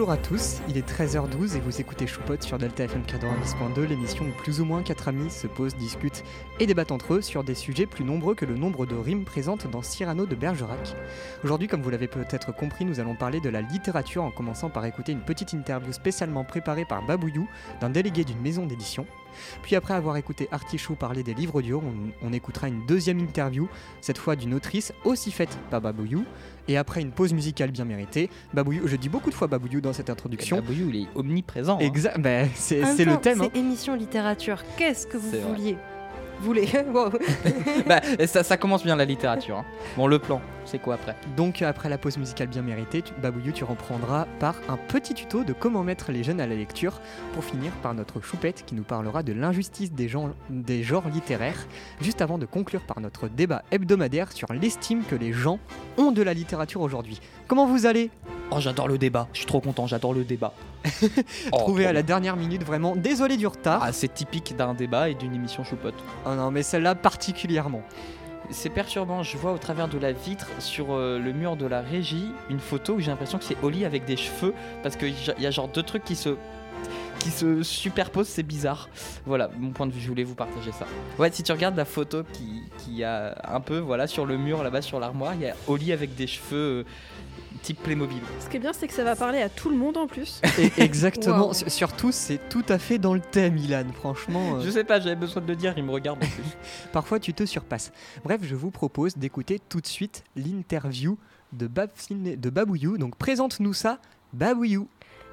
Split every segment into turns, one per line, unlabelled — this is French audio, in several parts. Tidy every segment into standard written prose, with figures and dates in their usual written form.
Bonjour à tous, il est 13h12 et vous écoutez Choupote sur Delta FM 90.2, l'émission où plus ou moins 4 amis se posent, discutent et débattent entre eux sur des sujets plus nombreux que le nombre de rimes présentes dans Cyrano de Bergerac. Aujourd'hui, comme vous l'avez peut-être compris, nous allons parler de la littérature en commençant par écouter une petite interview spécialement préparée par Babouillou, d'un délégué d'une maison d'édition. Puis après avoir écouté Artichaut parler des livres audio, on écoutera une deuxième interview, cette fois d'une autrice aussi faite par Babouillou. Et après une pause musicale bien méritée, Babouillou, je dis beaucoup de fois Babouillou dans cette introduction.
Babouillou, il est omniprésent.
Exact, c'est le thème.
C'est émission littérature, qu'est-ce que vous vouliez voulez. Wow.
Ça commence bien la littérature. Hein. Bon, le plan, c'est quoi après ?
Donc après la pause musicale bien méritée, Babouillou, tu reprendras par un petit tuto de comment mettre les jeunes à la lecture, pour finir par notre choupette qui nous parlera de l'injustice des genres littéraires, juste avant de conclure par notre débat hebdomadaire sur l'estime que les gens ont de la littérature aujourd'hui. Comment vous allez ?
Oh, j'adore le débat, je suis trop content, j'adore le débat.
Trouvé à la dernière minute, vraiment, désolé du retard.
Ah, c'est typique d'un débat et d'une émission Choupote.
Oh non, mais celle-là particulièrement.
C'est perturbant, je vois au travers de la vitre sur le mur de la régie une photo où j'ai l'impression que c'est Oli avec des cheveux, parce qu'il y a genre deux trucs qui se superposent, c'est bizarre. Voilà, mon point de vue, je voulais vous partager ça. Ouais, si tu regardes la photo qui a un peu, voilà, sur le mur là-bas sur l'armoire, il y a Oli avec des cheveux type Playmobil.
Ce qui est bien, c'est que ça va parler à tout le monde en plus.
Exactement,
wow.
Surtout c'est tout à fait dans le thème, Ilan, franchement.
Je sais pas, j'avais besoin de le dire, il me regarde en plus.
Parfois tu te surpasses. Bref, je vous propose d'écouter tout de suite l'interview de Babouillou. Donc présente-nous ça, Babouillou.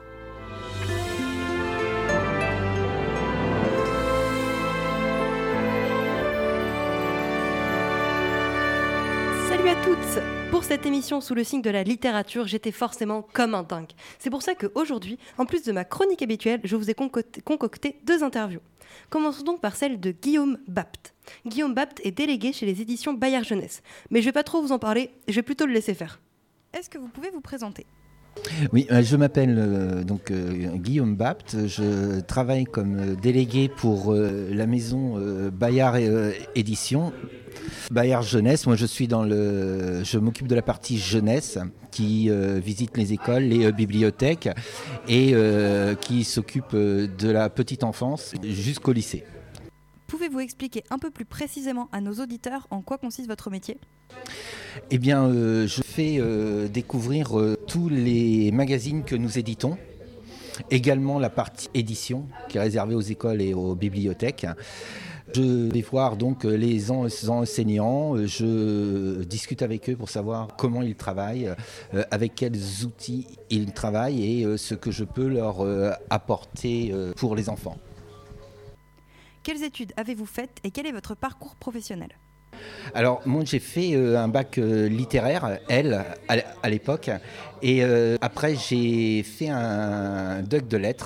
Salut à toutes! Pour cette émission sous le signe de la littérature, j'étais forcément comme un dingue. C'est pour ça qu'aujourd'hui, en plus de ma chronique habituelle, je vous ai concocté 2 interviews. Commençons donc par celle de Guillaume Bapt. Guillaume Bapt est délégué chez les éditions Bayard Jeunesse. Mais je ne vais pas trop vous en parler, je vais plutôt le laisser faire. Est-ce que vous pouvez vous présenter ?
Oui, je m'appelle Guillaume Bapt, je travaille comme délégué pour la maison Bayard Édition. Bayard Jeunesse, moi je m'occupe de la partie jeunesse qui visite les écoles, les bibliothèques et qui s'occupe de la petite enfance jusqu'au lycée.
Pouvez-vous expliquer un peu plus précisément à nos auditeurs en quoi consiste votre métier ?
Eh bien, je fais découvrir tous les magazines que nous éditons, également la partie édition qui est réservée aux écoles et aux bibliothèques. Je vais voir donc les enseignants, je discute avec eux pour savoir comment ils travaillent, avec quels outils ils travaillent et ce que je peux leur apporter pour les enfants.
Quelles études avez-vous faites et quel est votre parcours professionnel ?
Alors, moi, j'ai fait un bac littéraire, à l'époque, et après, j'ai fait un DUC de lettres.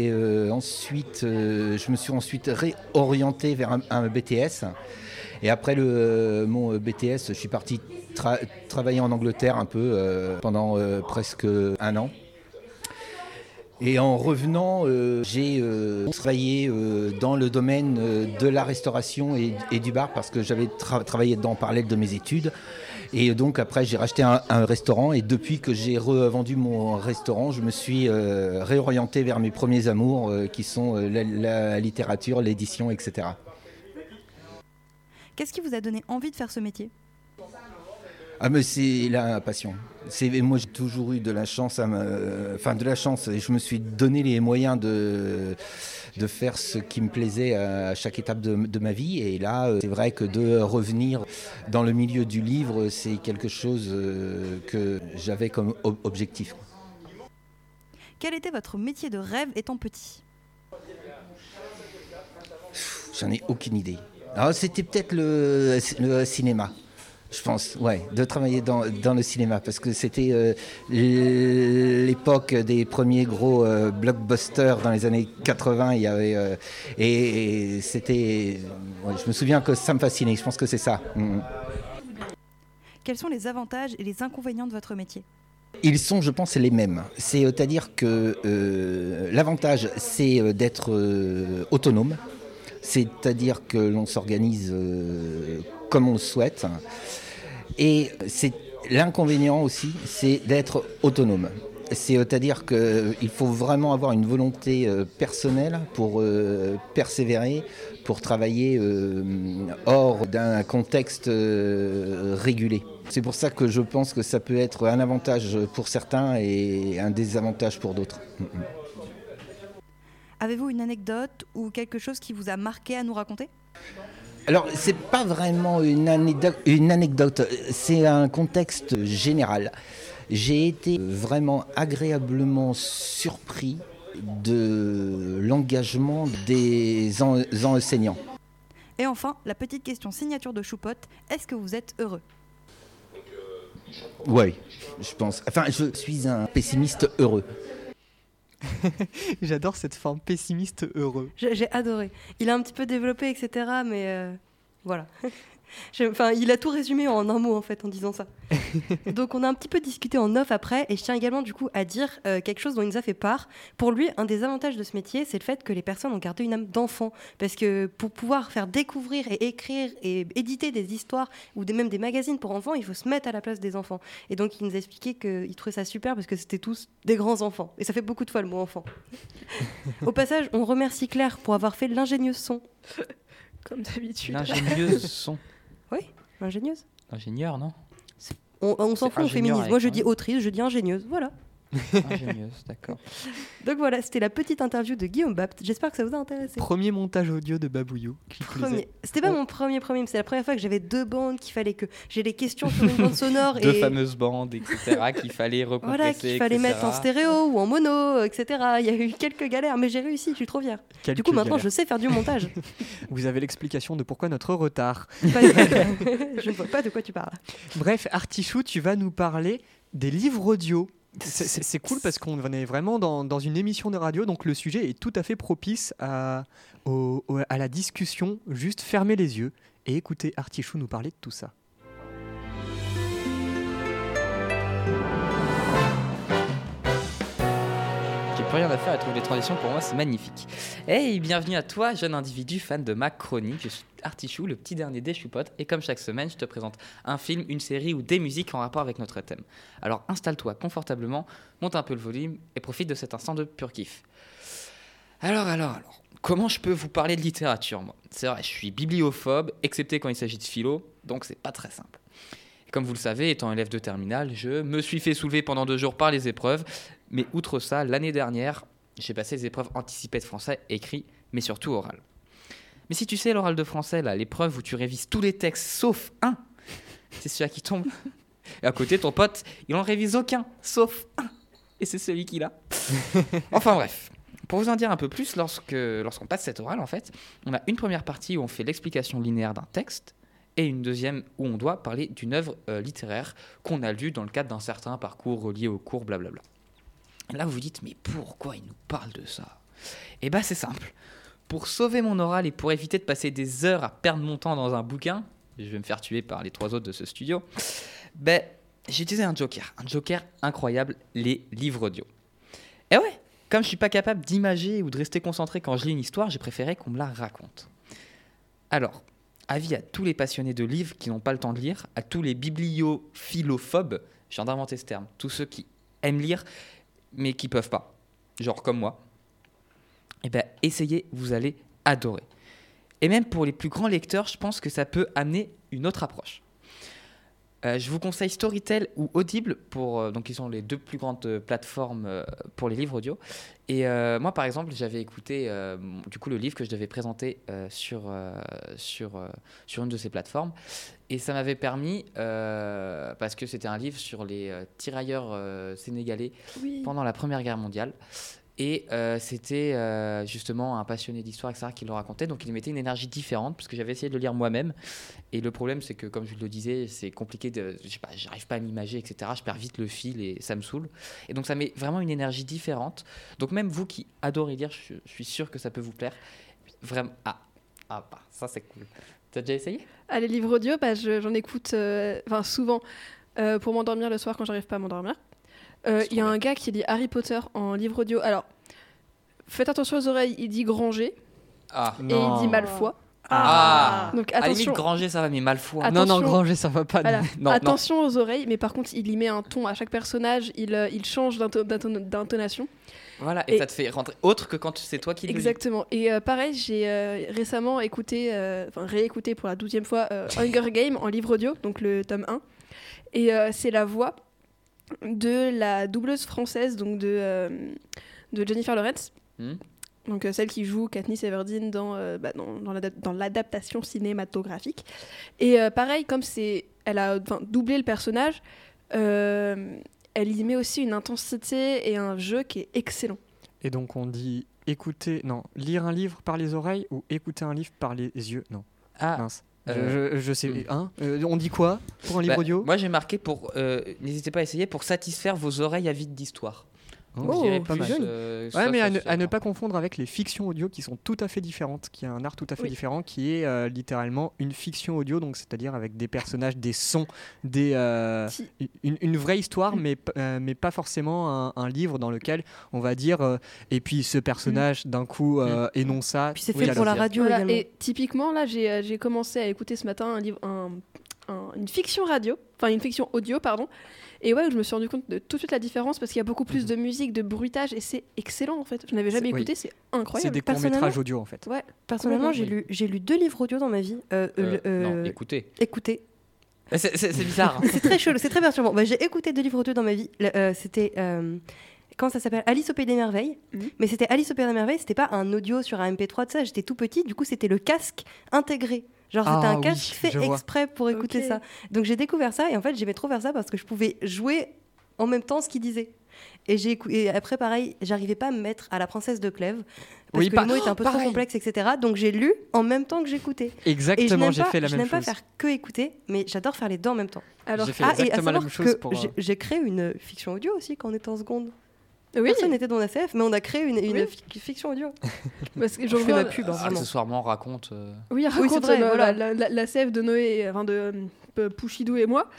Je me suis ensuite réorienté vers un BTS, et après mon BTS, je suis parti travailler en Angleterre un peu pendant presque 1 an. Et en revenant, j'ai travaillé dans le domaine de la restauration et du bar parce que j'avais travaillé dedans en parallèle de mes études. Et donc après, j'ai racheté un restaurant et depuis que j'ai revendu mon restaurant, je me suis réorienté vers mes premiers amours qui sont la littérature, l'édition, etc.
Qu'est-ce qui vous a donné envie de faire ce métier ?
Ah mais c'est la passion. Moi j'ai toujours eu de la chance, et je me suis donné les moyens de faire ce qui me plaisait à chaque étape de ma vie. Et là, c'est vrai que de revenir dans le milieu du livre, c'est quelque chose que j'avais comme objectif.
Quel était votre métier de rêve étant petit ?
J'en ai aucune idée. Alors, c'était peut-être le cinéma. Je pense, ouais, de travailler dans le cinéma parce que c'était l'époque des premiers gros blockbusters dans les années 80. Il y avait et c'était, ouais, je me souviens que ça me fascinait. Je pense que c'est ça.
Quels sont les avantages et les inconvénients de votre métier ?
Ils sont, je pense, les mêmes. C'est-à-dire que l'avantage, c'est d'être autonome. C'est-à-dire que l'on s'organise comme on le souhaite. Et l'inconvénient aussi, c'est d'être autonome. C'est-à-dire qu'il faut vraiment avoir une volonté personnelle pour persévérer, pour travailler hors d'un contexte régulé. C'est pour ça que je pense que ça peut être un avantage pour certains et un désavantage pour d'autres.
Avez-vous une anecdote ou quelque chose qui vous a marqué à nous raconter ?
Alors, c'est pas vraiment une anecdote, c'est un contexte général. J'ai été vraiment agréablement surpris de l'engagement des enseignants.
Et enfin, la petite question signature de Choupot, est-ce que vous êtes heureux ?
Oui, je pense. Enfin, je suis un pessimiste heureux.
J'adore cette forme pessimiste heureux.
J'ai adoré. Il a un petit peu développé, etc. Mais voilà. Il a tout résumé en un mot, en fait, en disant ça. Donc, on a un petit peu discuté en off après. Et je tiens également, du coup, à dire quelque chose dont il nous a fait part. Pour lui, un des avantages de ce métier, c'est le fait que les personnes ont gardé une âme d'enfant. Parce que pour pouvoir faire découvrir et écrire et éditer des histoires ou même des magazines pour enfants, il faut se mettre à la place des enfants. Et donc, il nous a expliqué qu'il trouvait ça super parce que c'était tous des grands enfants. Et ça fait beaucoup de fois le mot enfant. Au passage, on remercie Claire pour avoir fait l'ingénieuse son.
Comme d'habitude.
L'ingénieuse son.
Oui, ingénieuse.
Ingénieur, non ?
On s'en fout, on féminise. Moi, je dis autrice, je dis ingénieuse. Voilà.
Ingénieuse, d'accord.
Donc voilà, c'était la petite interview de Guillaume Bapt. J'espère que ça vous a intéressé.
Premier montage audio de Babouillou.
C'était pas mon premier, mais c'est la première fois que j'avais 2 bandes, qu'il fallait que j'ai les questions sur une bande sonore.
Deux fameuses bandes, etc., qu'il fallait recompresser.
Voilà, qu'il fallait mettre en stéréo ou en mono, etc. Il y a eu quelques galères, mais j'ai réussi, je suis trop fière. Du coup, maintenant, je sais faire du montage.
Vous avez l'explication de pourquoi notre retard.
Je ne vois pas de quoi tu parles.
Bref, Artichou, tu vas nous parler des livres audio. C'est cool parce qu'on est vraiment dans une émission de radio, donc le sujet est tout à fait propice à la discussion. Juste fermez les yeux et écoutez Artichou nous parler de tout ça.
J'ai plus rien à faire à trouver les transitions, pour moi c'est magnifique. Hey, bienvenue à toi, jeune individu fan de ma chronique. Je suis Artichou, le petit dernier des Choupottes, et comme chaque semaine, je te présente un film, une série ou des musiques en rapport avec notre thème. Alors installe-toi confortablement, monte un peu le volume et profite de cet instant de pur kiff. Alors, comment je peux vous parler de littérature, moi ? C'est vrai, je suis bibliophobe, excepté quand il s'agit de philo, donc c'est pas très simple. Et comme vous le savez, étant élève de terminale, je me suis fait soulever pendant 2 jours par les épreuves, mais outre ça, l'année dernière, j'ai passé les épreuves anticipées de français écrit, mais surtout oral. Mais si tu sais, l'oral de français, là, l'épreuve où tu révises tous les textes sauf un, c'est celui qui tombe. Et à côté, ton pote, il en révise aucun, sauf un. Et c'est celui qui l'a. Enfin bref, pour vous en dire un peu plus, lorsqu'on passe cette orale, en fait, on a une première partie où on fait l'explication linéaire d'un texte, et une deuxième où on doit parler d'une œuvre littéraire qu'on a lue dans le cadre d'un certain parcours relié au cours, blablabla. Là, vous vous dites, mais pourquoi il nous parle de ça ? Eh bien, c'est simple. Pour sauver mon oral et pour éviter de passer des heures à perdre mon temps dans un bouquin, je vais me faire tuer par les 3 autres de ce studio, j'ai utilisé un joker incroyable, les livres audio. Et ouais, comme je suis pas capable d'imager ou de rester concentré quand je lis une histoire, j'ai préféré qu'on me la raconte. Alors, avis à tous les passionnés de livres qui n'ont pas le temps de lire, à tous les bibliophilophobes, je viens d'inventer ce terme, tous ceux qui aiment lire mais qui peuvent pas, genre comme moi, essayez, vous allez adorer. Et même pour les plus grands lecteurs, je pense que ça peut amener une autre approche. Je vous conseille Storytel ou Audible, donc ils sont les 2 plus grandes plateformes pour les livres audio. Et moi, par exemple, j'avais écouté le livre que je devais présenter sur une de ces plateformes. Et ça m'avait permis, parce que c'était un livre sur les tirailleurs sénégalais pendant la Première Guerre mondiale. Et c'était justement un passionné d'histoire, etc., qui le racontait. Donc il mettait une énergie différente, parce que j'avais essayé de le lire moi-même. Et le problème, c'est que, comme je le disais, c'est compliqué, j'arrive pas à m'imager, etc. Je perds vite le fil et ça me saoule. Et donc ça met vraiment une énergie différente. Donc même vous qui adorez lire, je suis sûr que ça peut vous plaire. Vraiment. Ça c'est cool. T'as déjà essayé ?
Les livres audio, j'en écoute souvent pour m'endormir le soir quand j'arrive pas à m'endormir. Il y a un gars qui lit Harry Potter en livre audio. Alors, faites attention aux oreilles, il dit Granger. Et il dit Malfoy. Donc
À la limite,
attention.
Granger, ça va, mais Malfoy.
Attention.
Non, Granger, ça va pas.
Voilà.
Non,
Attention aux oreilles, mais par contre, il y met un ton à chaque personnage, il change d'intonation.
Voilà, et
Et-
ça te fait rentrer autre que quand c'est toi qui le lis.
Exactement. Et pareil, j'ai récemment réécouté pour la 12e fois Hunger Games en livre audio, donc le tome 1. Et c'est la voix de la doubleuse française donc de Jennifer Lawrence. Donc celle qui joue Katniss Everdeen dans l'adaptation cinématographique. Et pareil, comme elle a doublé le personnage, elle y met aussi une intensité et un jeu qui est excellent.
Et donc on dit lire un livre par les oreilles ou écouter un livre par les yeux. Non.
Ah,
Mince. Je sais.
hmm.
On dit quoi pour un livre audio?
Moi j'ai marqué n'hésitez pas à essayer pour satisfaire vos oreilles avides d'histoire.
Oh,
Je dirais
pas
plus,
mal.
soit
Ouais, mais
ça,
à ne pas confondre avec les fictions audio qui sont tout à fait différentes, qui a un art tout à fait
Oui.
différent, qui est littéralement une fiction audio, donc c'est-à-dire avec des personnages, des sons,
Si.
une vraie histoire, mais pas forcément un livre dans lequel on va dire et puis ce personnage d'un coup et non ça.
Puis c'est
Oui,
fait pour la
alors,
radio
Voilà,
également.
et typiquement, là, j'ai commencé à écouter ce matin une fiction radio, enfin une fiction audio, pardon. Et ouais, je me suis rendu compte de tout de suite la différence parce qu'il y a beaucoup plus de musique, de bruitage, et c'est excellent en fait. Je n'avais jamais
C'est- oui.
écouté, c'est
c'est
incroyable.
des
Personnellement-
courts-métrages audio en fait.
Ouais,
Personnellement,
complètement,
j'ai lu 2 livres audio dans ma vie.
Non, écoutez.
Écoutez.
C'est bizarre.
C'est très chelou, c'est très perturbant. Bah, j'ai écouté 2 livres audio dans ma vie. C'était comment ça s'appelle, Alice au Pays des Merveilles.
Mhm.
Mais c'était Alice au Pays des Merveilles, c'était pas un audio sur un MP3 de ça. J'étais tout petit, du coup c'était le casque intégré. Genre c'était
Ah
un
oui,
casque fait
je vois.
exprès pour écouter
Ok.
ça. Donc j'ai découvert ça et en fait j'aimais trop faire ça parce que je pouvais jouer en même temps ce qu'il disait. Et après pareil, j'arrivais pas à me mettre à la princesse de Clèves parce
Oui,
que
pas-
le mot était un peu trop
pareil.
complexe, etc. Donc j'ai lu en même temps que j'écoutais. Et
Exactement, j'ai fait la
je
même
n'aime pas
chose.
faire que écouter, mais j'adore faire les deux en même temps.
Alors,
J'ai fait
et à
exactement la
savoir
même chose
que
pour.
j'ai créé une fiction audio aussi quand on était en seconde.
oui,
Personne n'était dans la CF, mais on a créé une
Oui.
fiction audio.
parce que je
Je fais
revois-
ma pub, hein, vraiment.
Accessoirement, raconte.
Oui,
c'est
raconte
vrai, voilà.
la sève de Noé, enfin de Pouchidou et moi.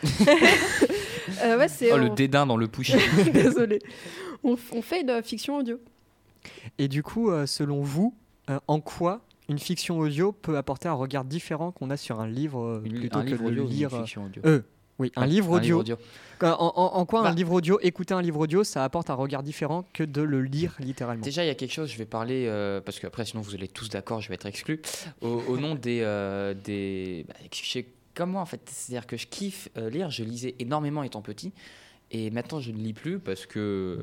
Ouais, c'est.
Oh, le dédain dans le pushy.
Désolé. On fait une fiction audio.
Et du coup, selon vous, en quoi une fiction audio peut apporter un regard différent qu'on a sur un livre plutôt
un
que
livre
de
audio,
le
ou une
lire
fiction audio.
Oui, un livre audio.
audio.
En quoi
Bah.
un livre audio, écouter un livre audio, ça apporte un regard différent que de le lire littéralement.
Déjà, il y a quelque chose, je vais parler, parce qu'après, sinon vous allez tous d'accord, je vais être exclu, au nom des comme moi en fait. C'est-à-dire que je kiffe lire, je lisais énormément étant petit, et maintenant je ne lis plus parce que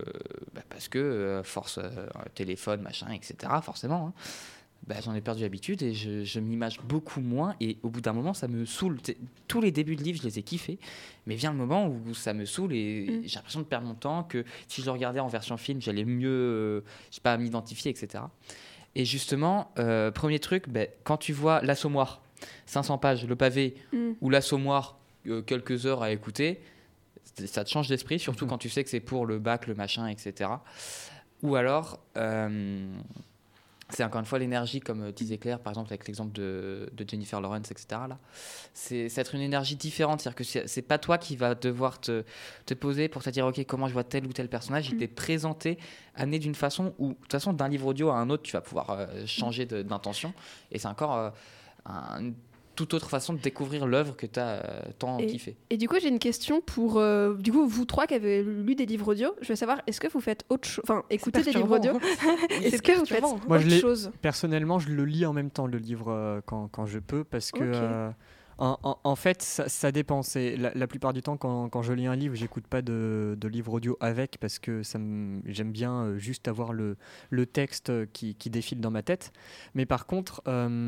force téléphone, machin, etc. Forcément. Hein. J'en ai perdu l'habitude et je m'image beaucoup moins, et au bout d'un moment ça me saoule. Tous les débuts de livres je les ai kiffés, mais vient le moment où ça me saoule et j'ai l'impression de perdre mon temps, que si je le regardais en version film j'allais mieux je sais pas, m'identifier, etc. Et justement, premier truc, quand tu vois L'Assommoir, 500 pages, le pavé, ou L'Assommoir, quelques heures à écouter, ça te change d'esprit, surtout quand tu sais que c'est pour le bac, le machin, etc. Ou alors, c'est encore une fois l'énergie, comme disait Claire, par exemple, avec l'exemple de Jennifer Lawrence, etc. Là. C'est être une énergie différente. C'est-à-dire que c'est pas toi qui vas devoir te poser pour te dire, OK, comment je vois tel ou tel personnage. Il t'est présenté, amené d'une façon où, de toute façon, d'un livre audio à un autre, tu vas pouvoir changer d'intention. Et c'est encore une toute autre façon de découvrir l'œuvre que tu as tant kiffé.
Et du coup, j'ai une question pour du coup, vous trois qui avez lu des livres audio. Je veux savoir, est-ce que vous faites autre chose, enfin, écoutez des livres audio. Est-ce que vous faites
Moi,
autre chose?
Personnellement, je le lis en même temps, le livre, quand je peux, parce que en fait, ça dépend. La plupart du temps, quand je lis un livre, j'écoute pas de livre audio avec, parce que j'aime bien juste avoir le texte qui défile dans ma tête. Mais par contre,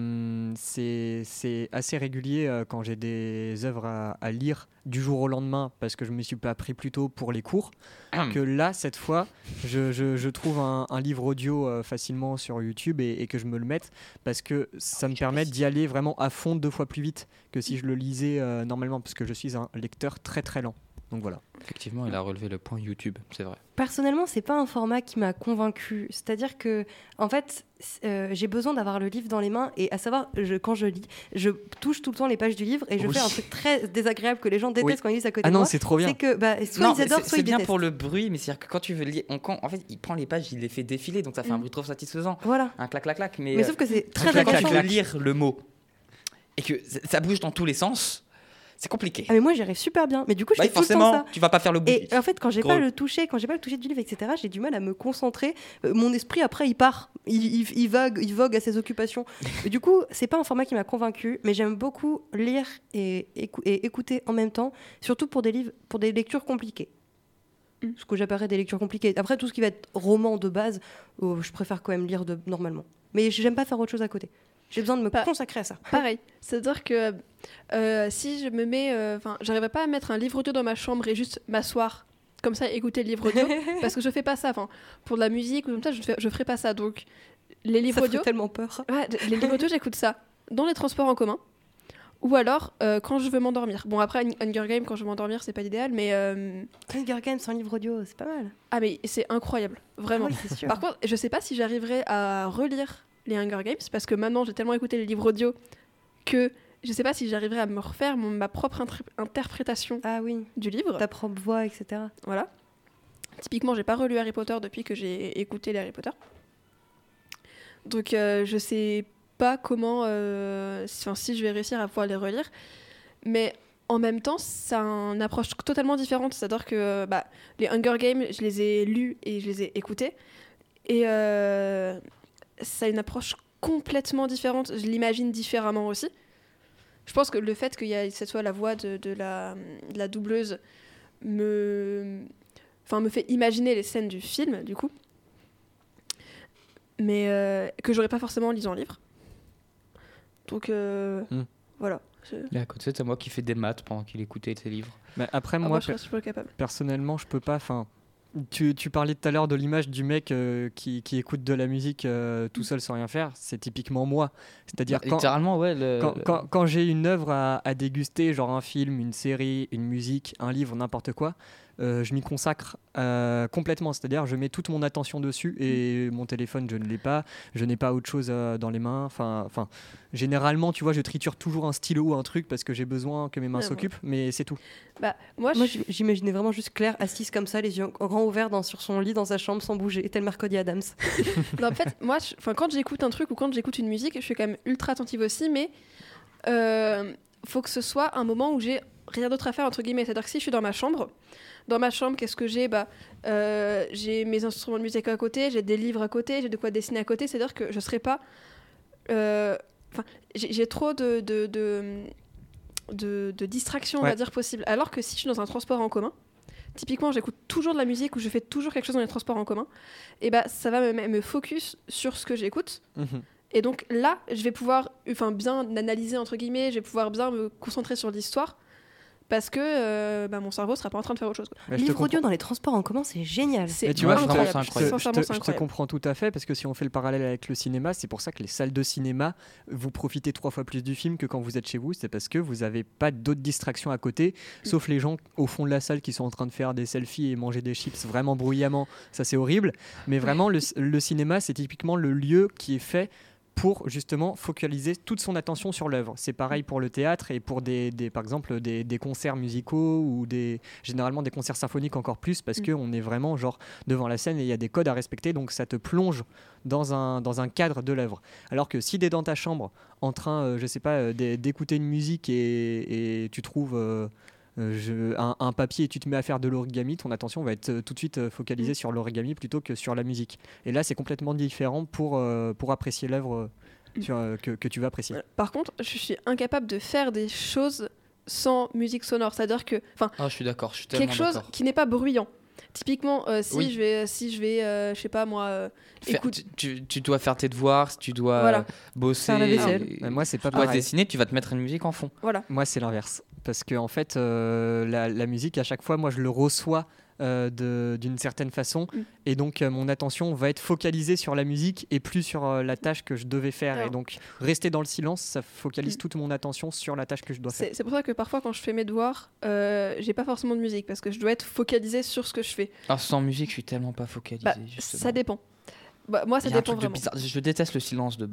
c'est assez régulier quand j'ai des œuvres à lire du jour au lendemain, parce que je me suis pas pris plus tôt pour les cours, que là, cette fois, je trouve un livre audio facilement sur YouTube et que je me le mette, parce que ça me permet d'y aller vraiment à fond 2 fois plus vite que si je le lisais normalement, parce que je suis un lecteur très très lent. Donc voilà.
Effectivement, il a relevé le point YouTube, c'est vrai.
Personnellement, c'est pas un format qui m'a convaincue. C'est-à-dire que, en fait, j'ai besoin d'avoir le livre dans les mains, et à savoir, quand je lis, je touche tout le temps les pages du livre et je fais un truc très désagréable que les gens détestent quand ils lisent à côté de moi.
Ah non, c'est trop bien.
C'est que soit ils adorent, soit
c'est
ils
bien
détestent.
pour le bruit, mais c'est-à-dire que quand tu veux lire, en fait, il prend les pages, il les fait défiler, donc ça fait un bruit trop satisfaisant.
Voilà.
Un clac clac clac,
Mais sauf que c'est très
quand tu
agaçant.
veux lire le mot, et que ça bouge dans tous les sens, c'est compliqué.
Ah mais moi j'y arrive super bien, mais du coup je fais tout le temps
forcément,
ça.
tu vas pas faire le bout.
Et en fait quand j'ai
Gros.
pas le toucher du livre, etc., j'ai du mal à me concentrer. Mon esprit après il part, il vogue à ses occupations. Et du coup c'est pas un format qui m'a convaincu, mais j'aime beaucoup lire et écouter en même temps, surtout pour des livres, pour des lectures compliquées. Ce que j'appellerais des lectures compliquées. Après tout ce qui va être roman de base, je préfère quand même lire normalement. Mais j'aime pas faire autre chose à côté. J'ai besoin de me consacrer à ça.
Pareil. C'est-à-dire que si je me mets... j'arriverais pas à mettre un livre audio dans ma chambre et juste m'asseoir comme ça, écouter le livre audio, parce que je fais pas ça. Pour de la musique ou comme ça, je ferais pas ça. Donc, les livres
ça
audio...
fait tellement peur.
Ouais, les livres audio, j'écoute ça dans les transports en commun. Ou alors, quand je veux m'endormir. Bon, après, Hunger Games, quand je veux m'endormir, c'est pas l'idéal, mais...
Hunger Games sans livre audio, c'est pas mal.
Ah, mais c'est incroyable. Vraiment.
Oui, c'est sûr.
Par contre, je sais pas si j'arriverai à relire les Hunger Games, parce que maintenant, j'ai tellement écouté les livres audio que je sais pas si j'arriverai à me refaire ma propre interprétation du livre.
Ta propre voix, etc.
Voilà. Typiquement, j'ai pas relu Harry Potter depuis que j'ai écouté les Harry Potter. Donc, je sais pas comment... si je vais réussir à pouvoir les relire. Mais en même temps, c'est une approche totalement différente. C'est-à-dire que les Hunger Games, je les ai lus et je les ai écoutés. Et ça a une approche complètement différente. Je l'imagine différemment aussi. Je pense que le fait qu'il y ait cette fois la voix de la doubleuse me fait imaginer les scènes du film, du coup. Mais que j'aurais pas forcément en lisant le livre. Donc, voilà.
Et à côté, c'est moi qui fais des maths pendant qu'il écoutait tes livres.
Mais après,
moi,
moi,
je suis pas capable.
personnellement, je peux pas... Tu parlais tout à l'heure de l'image du mec qui écoute de la musique tout seul sans rien faire. C'est typiquement moi. C'est-à-dire
littéralement, ouais.
Quand j'ai une œuvre à déguster, genre un film, une série, une musique, un livre, n'importe quoi, je m'y consacre complètement. C'est-à-dire, je mets toute mon attention dessus et mon téléphone, je ne l'ai pas. Je n'ai pas autre chose dans les mains. Enfin, généralement, tu vois, je triture toujours un stylo ou un truc parce que j'ai besoin que mes mains s'occupent, mais c'est tout.
Moi j'imaginais vraiment juste Claire assise comme ça, les yeux grands ouverts sur son lit dans sa chambre sans bouger, tel Mercredi Adams.
Non, en fait, moi, quand j'écoute un truc ou quand j'écoute une musique, je suis quand même ultra attentive aussi, mais faut que ce soit un moment où j'ai rien d'autre à faire, entre guillemets. C'est-à-dire que si je suis dans ma chambre, qu'est-ce que j'ai ? J'ai mes instruments de musique à côté, j'ai des livres à côté, j'ai de quoi dessiner à côté. C'est-à-dire que je serais pas... j'ai trop de distractions, on va dire, possibles. Alors que si je suis dans un transport en commun, typiquement, j'écoute toujours de la musique ou je fais toujours quelque chose dans les transports en commun, et ça va me focus sur ce que j'écoute. Et donc là, je vais pouvoir bien analyser, entre guillemets, je vais pouvoir bien me concentrer sur l'histoire. Parce que mon cerveau sera pas en train de faire autre chose.
Livre audio dans les transports en commun, c'est génial.
Tu vois,
je
te comprends tout à fait, parce que si on fait le parallèle avec le cinéma, c'est pour ça que les salles de cinéma, vous profitez 3 fois plus du film que quand vous êtes chez vous. C'est parce que vous n'avez pas d'autres distractions à côté, sauf les gens au fond de la salle qui sont en train de faire des selfies et manger des chips vraiment bruyamment. Ça, c'est horrible. Mais vraiment, le cinéma, c'est typiquement le lieu qui est fait pour justement focaliser toute son attention sur l'œuvre. C'est pareil pour le théâtre et pour par exemple des concerts musicaux ou généralement des concerts symphoniques encore plus, parce qu'on est vraiment genre devant la scène et il y a des codes à respecter, donc ça te plonge dans un cadre de l'œuvre. Alors que si tu es dans ta chambre en train, je sais pas, d'écouter une musique et tu trouves... un papier et tu te mets à faire de l'origami, ton attention va être tout de suite focalisée sur l'origami plutôt que sur la musique. Et là, c'est complètement différent pour apprécier l'œuvre que tu vas apprécier.
Par contre, je suis incapable de faire des choses sans musique sonore. C'est-à-dire que...
je suis d'accord, je suis tellement
quelque chose
d'accord.
qui n'est pas bruyant. Typiquement, je vais, je sais pas moi, écoute...
tu dois faire tes devoirs, tu dois bosser.
Faire la vaisselle.
Moi, c'est pas
pareil.
pareil.
Dessiner, tu vas te mettre une musique en fond.
Voilà.
Moi, c'est l'inverse. Parce que en fait, la musique, à chaque fois, moi, je le reçois d'une certaine façon. Et donc, mon attention va être focalisée sur la musique et plus sur la tâche que je devais faire.
Alors.
Et donc, rester dans le silence, ça focalise toute mon attention sur la tâche que je dois faire.
C'est pour ça que parfois, quand je fais mes devoirs, j'ai pas forcément de musique parce que je dois être focalisée sur ce que je fais.
Alors, sans musique, je suis tellement pas focalisé.
Ça dépend. Moi, ça dépend vraiment.
Je déteste le silence de base.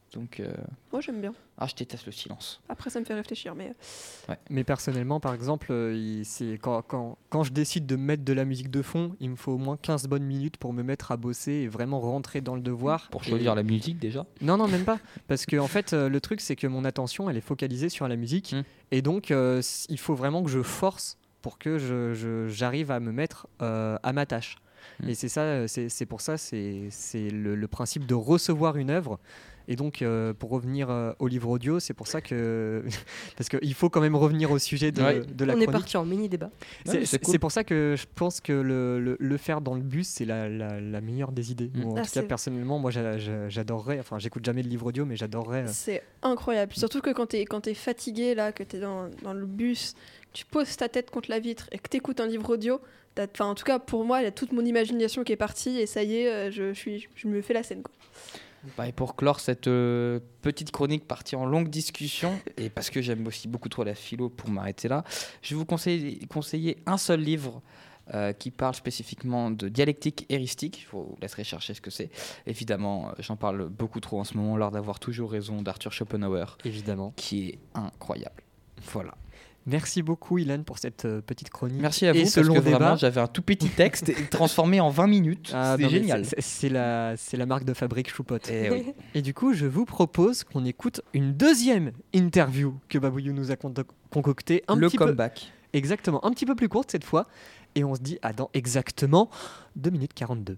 Donc,
Moi, j'aime bien.
je déteste le silence.
Après, ça me fait réfléchir, mais
Mais personnellement, par exemple, c'est quand je décide de mettre de la musique de fond, il me faut au moins 15 bonnes minutes pour me mettre à bosser et vraiment rentrer dans le devoir.
Pour
Et-
choisir la musique déjà.
Non, même pas. Parce que en fait, le truc, c'est que mon attention, elle est focalisée sur la musique. Et donc, il faut vraiment que je force pour que j'arrive à me mettre à ma tâche. Et c'est ça, c'est pour ça, c'est le principe de recevoir une œuvre. Et donc, pour revenir au livre audio, c'est pour ça que... Parce qu'il faut quand même revenir au sujet de la
On
chronique.
est parti en mini-débat.
c'est cool.
C'est pour ça que je pense que le faire dans le bus, c'est la meilleure des idées. Ou en tout cas,
c'est-
personnellement, moi, j'adorerais... Enfin, j'écoute jamais de livre audio, mais j'adorerais...
c'est incroyable. Surtout que quand t'es fatigué, là, que t'es dans le bus, tu poses ta tête contre la vitre et que t'écoutes un livre audio, en tout cas, pour moi, il y a toute mon imagination qui est partie et ça y est, je me fais la scène, quoi.
Et pour clore cette petite chronique partie en longue discussion, et parce que j'aime aussi beaucoup trop la philo pour m'arrêter là, je vais vous conseiller un seul livre qui parle spécifiquement de dialectique éristique. Je vous laisserai chercher ce que c'est. Évidemment, j'en parle beaucoup trop en ce moment, l'art d'avoir toujours raison d'Arthur Schopenhauer,
Évidemment.
qui est incroyable. Voilà.
Merci beaucoup, Ilan, pour cette petite chronique.
Merci à vous,
et
parce
ce
que
long
vraiment,
débat.
j'avais un tout petit texte transformé en 20 minutes.
Ah,
C'était
non, mais
génial.
C'est la marque de fabrique Choupote.
Eh oui.
Et du coup, je vous propose qu'on écoute une deuxième interview que Babouillou nous a concoctée.
Le
petit peu,
comeback.
exactement, un petit peu plus courte cette fois. Et on se dit à dans exactement 2 minutes 42.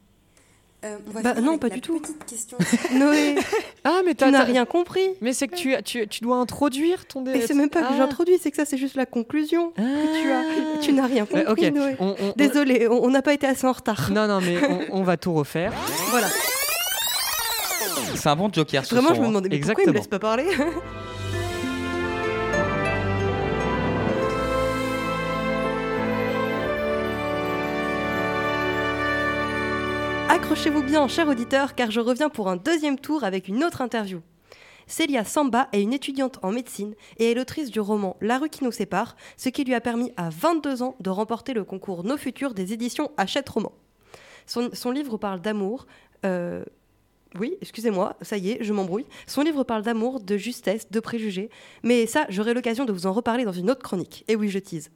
Non, pas du tout.
Petite question.
Noé,
Ah, mais
tu n'as rien compris.
Mais c'est que tu dois introduire ton...
Mais c'est même pas que j'introduis, c'est que ça, c'est juste la conclusion que tu as. Tu n'as rien compris,
Ok,
Noé.
on-
Désolé, on n'a pas été assez en retard.
Non, mais on va tout refaire.
Voilà.
C'est un bon joker ce
Vraiment,
son,
je me
hein.
demandais mais pourquoi il me
Exactement.
laisse pas parler. Accrochez-vous bien, chers auditeurs, car je reviens pour un deuxième tour avec une autre interview. Célia Samba est une étudiante en médecine et est l'autrice du roman La rue qui nous sépare, ce qui lui a permis à 22 ans de remporter le concours Nos Futurs des éditions Hachette Roman. Son livre parle d'amour. Oui, excusez-moi, ça y est, je m'embrouille. Son livre parle d'amour, de justesse, de préjugés. Mais ça, j'aurai l'occasion de vous en reparler dans une autre chronique. Et oui, je tease.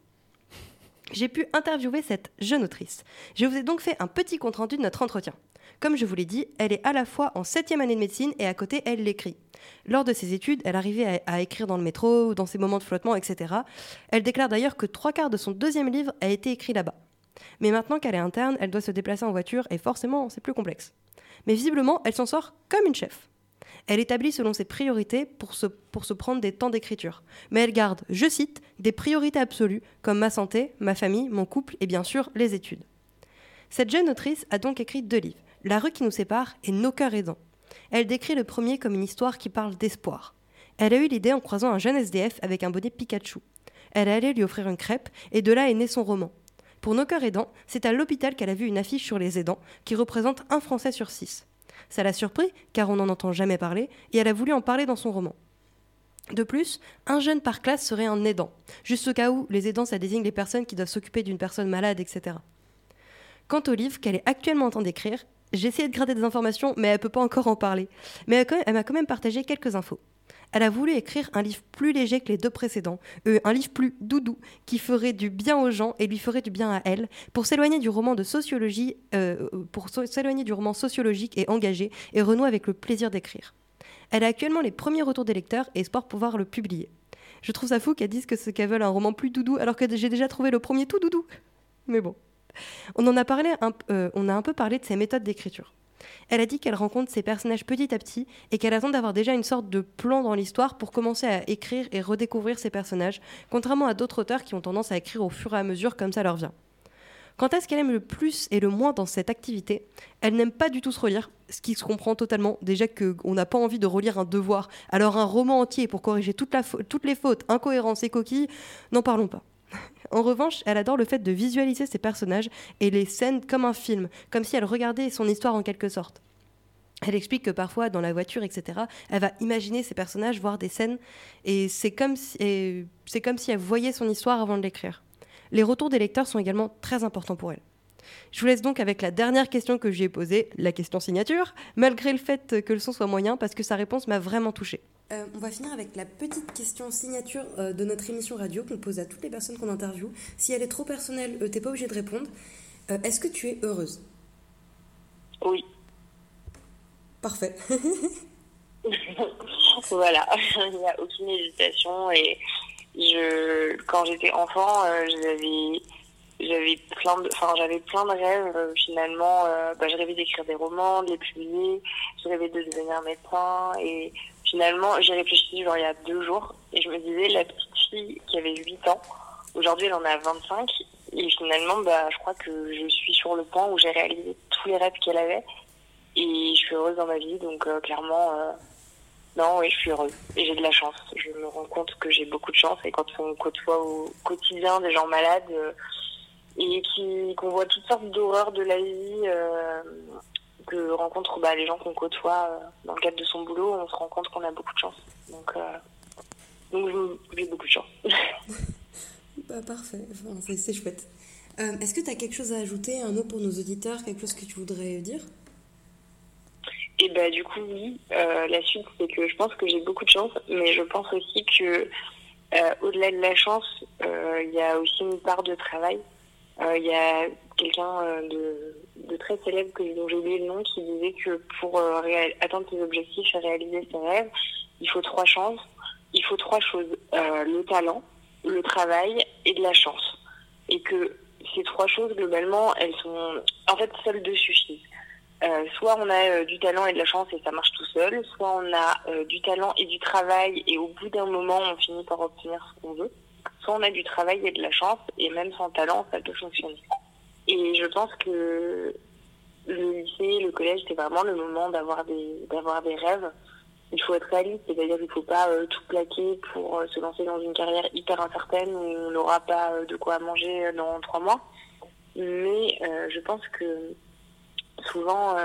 J'ai pu interviewer cette jeune autrice. Je vous ai donc fait un petit compte-rendu de notre entretien. Comme je vous l'ai dit, elle est à la fois en 7e année de médecine et à côté, elle l'écrit. Lors de ses études, elle arrivait à écrire dans le métro, dans ses moments de flottement, etc. Elle déclare d'ailleurs que 3/4 de son deuxième livre a été écrit là-bas. Mais maintenant qu'elle est interne, elle doit se déplacer en voiture et forcément, c'est plus complexe. Mais visiblement, elle s'en sort comme une chef. Elle établit selon ses priorités pour se prendre des temps d'écriture. Mais elle garde, je cite, des priorités absolues comme ma santé, ma famille, mon couple et bien sûr les études. Cette jeune autrice a donc écrit 2 livres, La rue qui nous sépare et Nos cœurs aidants. Elle décrit le premier comme une histoire qui parle d'espoir. Elle a eu l'idée en croisant un jeune SDF avec un bonnet Pikachu. Elle est allée lui offrir une crêpe et de là est né son roman. Pour Nos cœurs aidants, c'est à l'hôpital qu'elle a vu une affiche sur les aidants qui représente 1 Français sur 6. Ça l'a surpris, car on n'en entend jamais parler, et elle a voulu en parler dans son roman. De plus, un jeune par classe serait un aidant, juste au cas où les aidants, ça désigne les personnes qui doivent s'occuper d'une personne malade, etc. Quant au livre qu'elle est actuellement en train d'écrire, j'ai essayé de gratter des informations, mais elle ne peut pas encore en parler. Mais elle m'a quand même partagé quelques infos. Elle a voulu écrire un livre plus léger que les 2 précédents, un livre plus doudou, qui ferait du bien aux gens et lui ferait du bien à elle, pour s'éloigner du roman de sociologie, s'éloigner du roman sociologique et engagé, et renouer avec le plaisir d'écrire. Elle a actuellement les premiers retours des lecteurs et espère pouvoir le publier. Je trouve ça fou qu'elle dise qu'elles veulent un roman plus doudou, alors que j'ai déjà trouvé le premier tout doudou. Mais bon. On a un peu parlé de ses méthodes d'écriture. Elle a dit qu'elle rencontre ses personnages petit à petit et qu'elle attend d'avoir déjà une sorte de plan dans l'histoire pour commencer à écrire et redécouvrir ses personnages, contrairement à d'autres auteurs qui ont tendance à écrire au fur et à mesure comme ça leur vient. Quant à ce qu'elle aime le plus et le moins dans cette activité, elle n'aime pas du tout se relire, ce qui se comprend totalement. Déjà qu'on n'a pas envie de relire un devoir, alors un roman entier pour corriger toutes les fautes, incohérences et coquilles, n'en parlons pas. En revanche, elle adore le fait de visualiser ses personnages et les scènes comme un film, comme si elle regardait son histoire en quelque sorte. Elle explique que parfois, dans la voiture, etc., elle va imaginer ses personnages, voir des scènes, et c'est comme si elle voyait son histoire avant de l'écrire. Les retours des lecteurs sont également très importants pour elle. Je vous laisse donc avec la dernière question que j'ai posée, la question signature, malgré le fait que le son soit moyen, parce que sa réponse m'a vraiment touchée. On va finir avec la petite question signature de notre émission radio qu'on pose à toutes les personnes qu'on interviewe. Si elle est trop personnelle, t'es pas obligé de répondre. Est-ce que tu es heureuse ?
Oui.
Parfait.
Voilà, il n'y a aucune hésitation. Et quand j'étais enfant, j'avais plein de rêves. Finalement, je rêvais d'écrire des romans, de les publier. Je rêvais de devenir médecin. Et finalement, j'ai réfléchi il y a 2 jours. Et je me disais, la petite fille qui avait 8 ans, aujourd'hui elle en a 25. Et finalement, je crois que je suis sur le point où j'ai réalisé tous les rêves qu'elle avait. Et je suis heureuse dans ma vie. Donc clairement, non, oui, je suis heureuse. Et j'ai de la chance. Je me rends compte que j'ai beaucoup de chance. Et quand on côtoie au quotidien des gens malades et qu'on voit toutes sortes d'horreurs de la vie que rencontrent les gens qu'on côtoie dans le cadre de son boulot, on se rend compte qu'on a beaucoup de chance. Donc j'ai beaucoup de chance.
Parfait, c'est chouette. Est-ce que tu as quelque chose à ajouter, un mot pour nos auditeurs, quelque chose que tu voudrais dire ?
Et du coup, oui. La suite, c'est que je pense que j'ai beaucoup de chance, mais je pense aussi que au-delà de la chance, il y a aussi une part de travail. Il y a quelqu'un de très célèbre dont j'ai oublié le nom qui disait que pour atteindre ses objectifs et réaliser ses rêves, il faut 3 chances. Il faut 3 choses. Le talent, le travail et de la chance. Et que ces 3 choses, globalement, elles sont... En fait, seules 2 suffisent. Soit on a du talent et de la chance et ça marche tout seul, soit on a du talent et du travail et au bout d'un moment, on finit par obtenir ce qu'on veut. Soit on a du travail et de la chance et même sans talent, ça peut fonctionner. Et je pense que le lycée, le collège, c'est vraiment le moment d'avoir des rêves. Il faut être réaliste, c'est-à-dire qu'il ne faut pas tout plaquer pour se lancer dans une carrière hyper incertaine où on n'aura pas de quoi manger dans 3 mois. Mais je pense que souvent,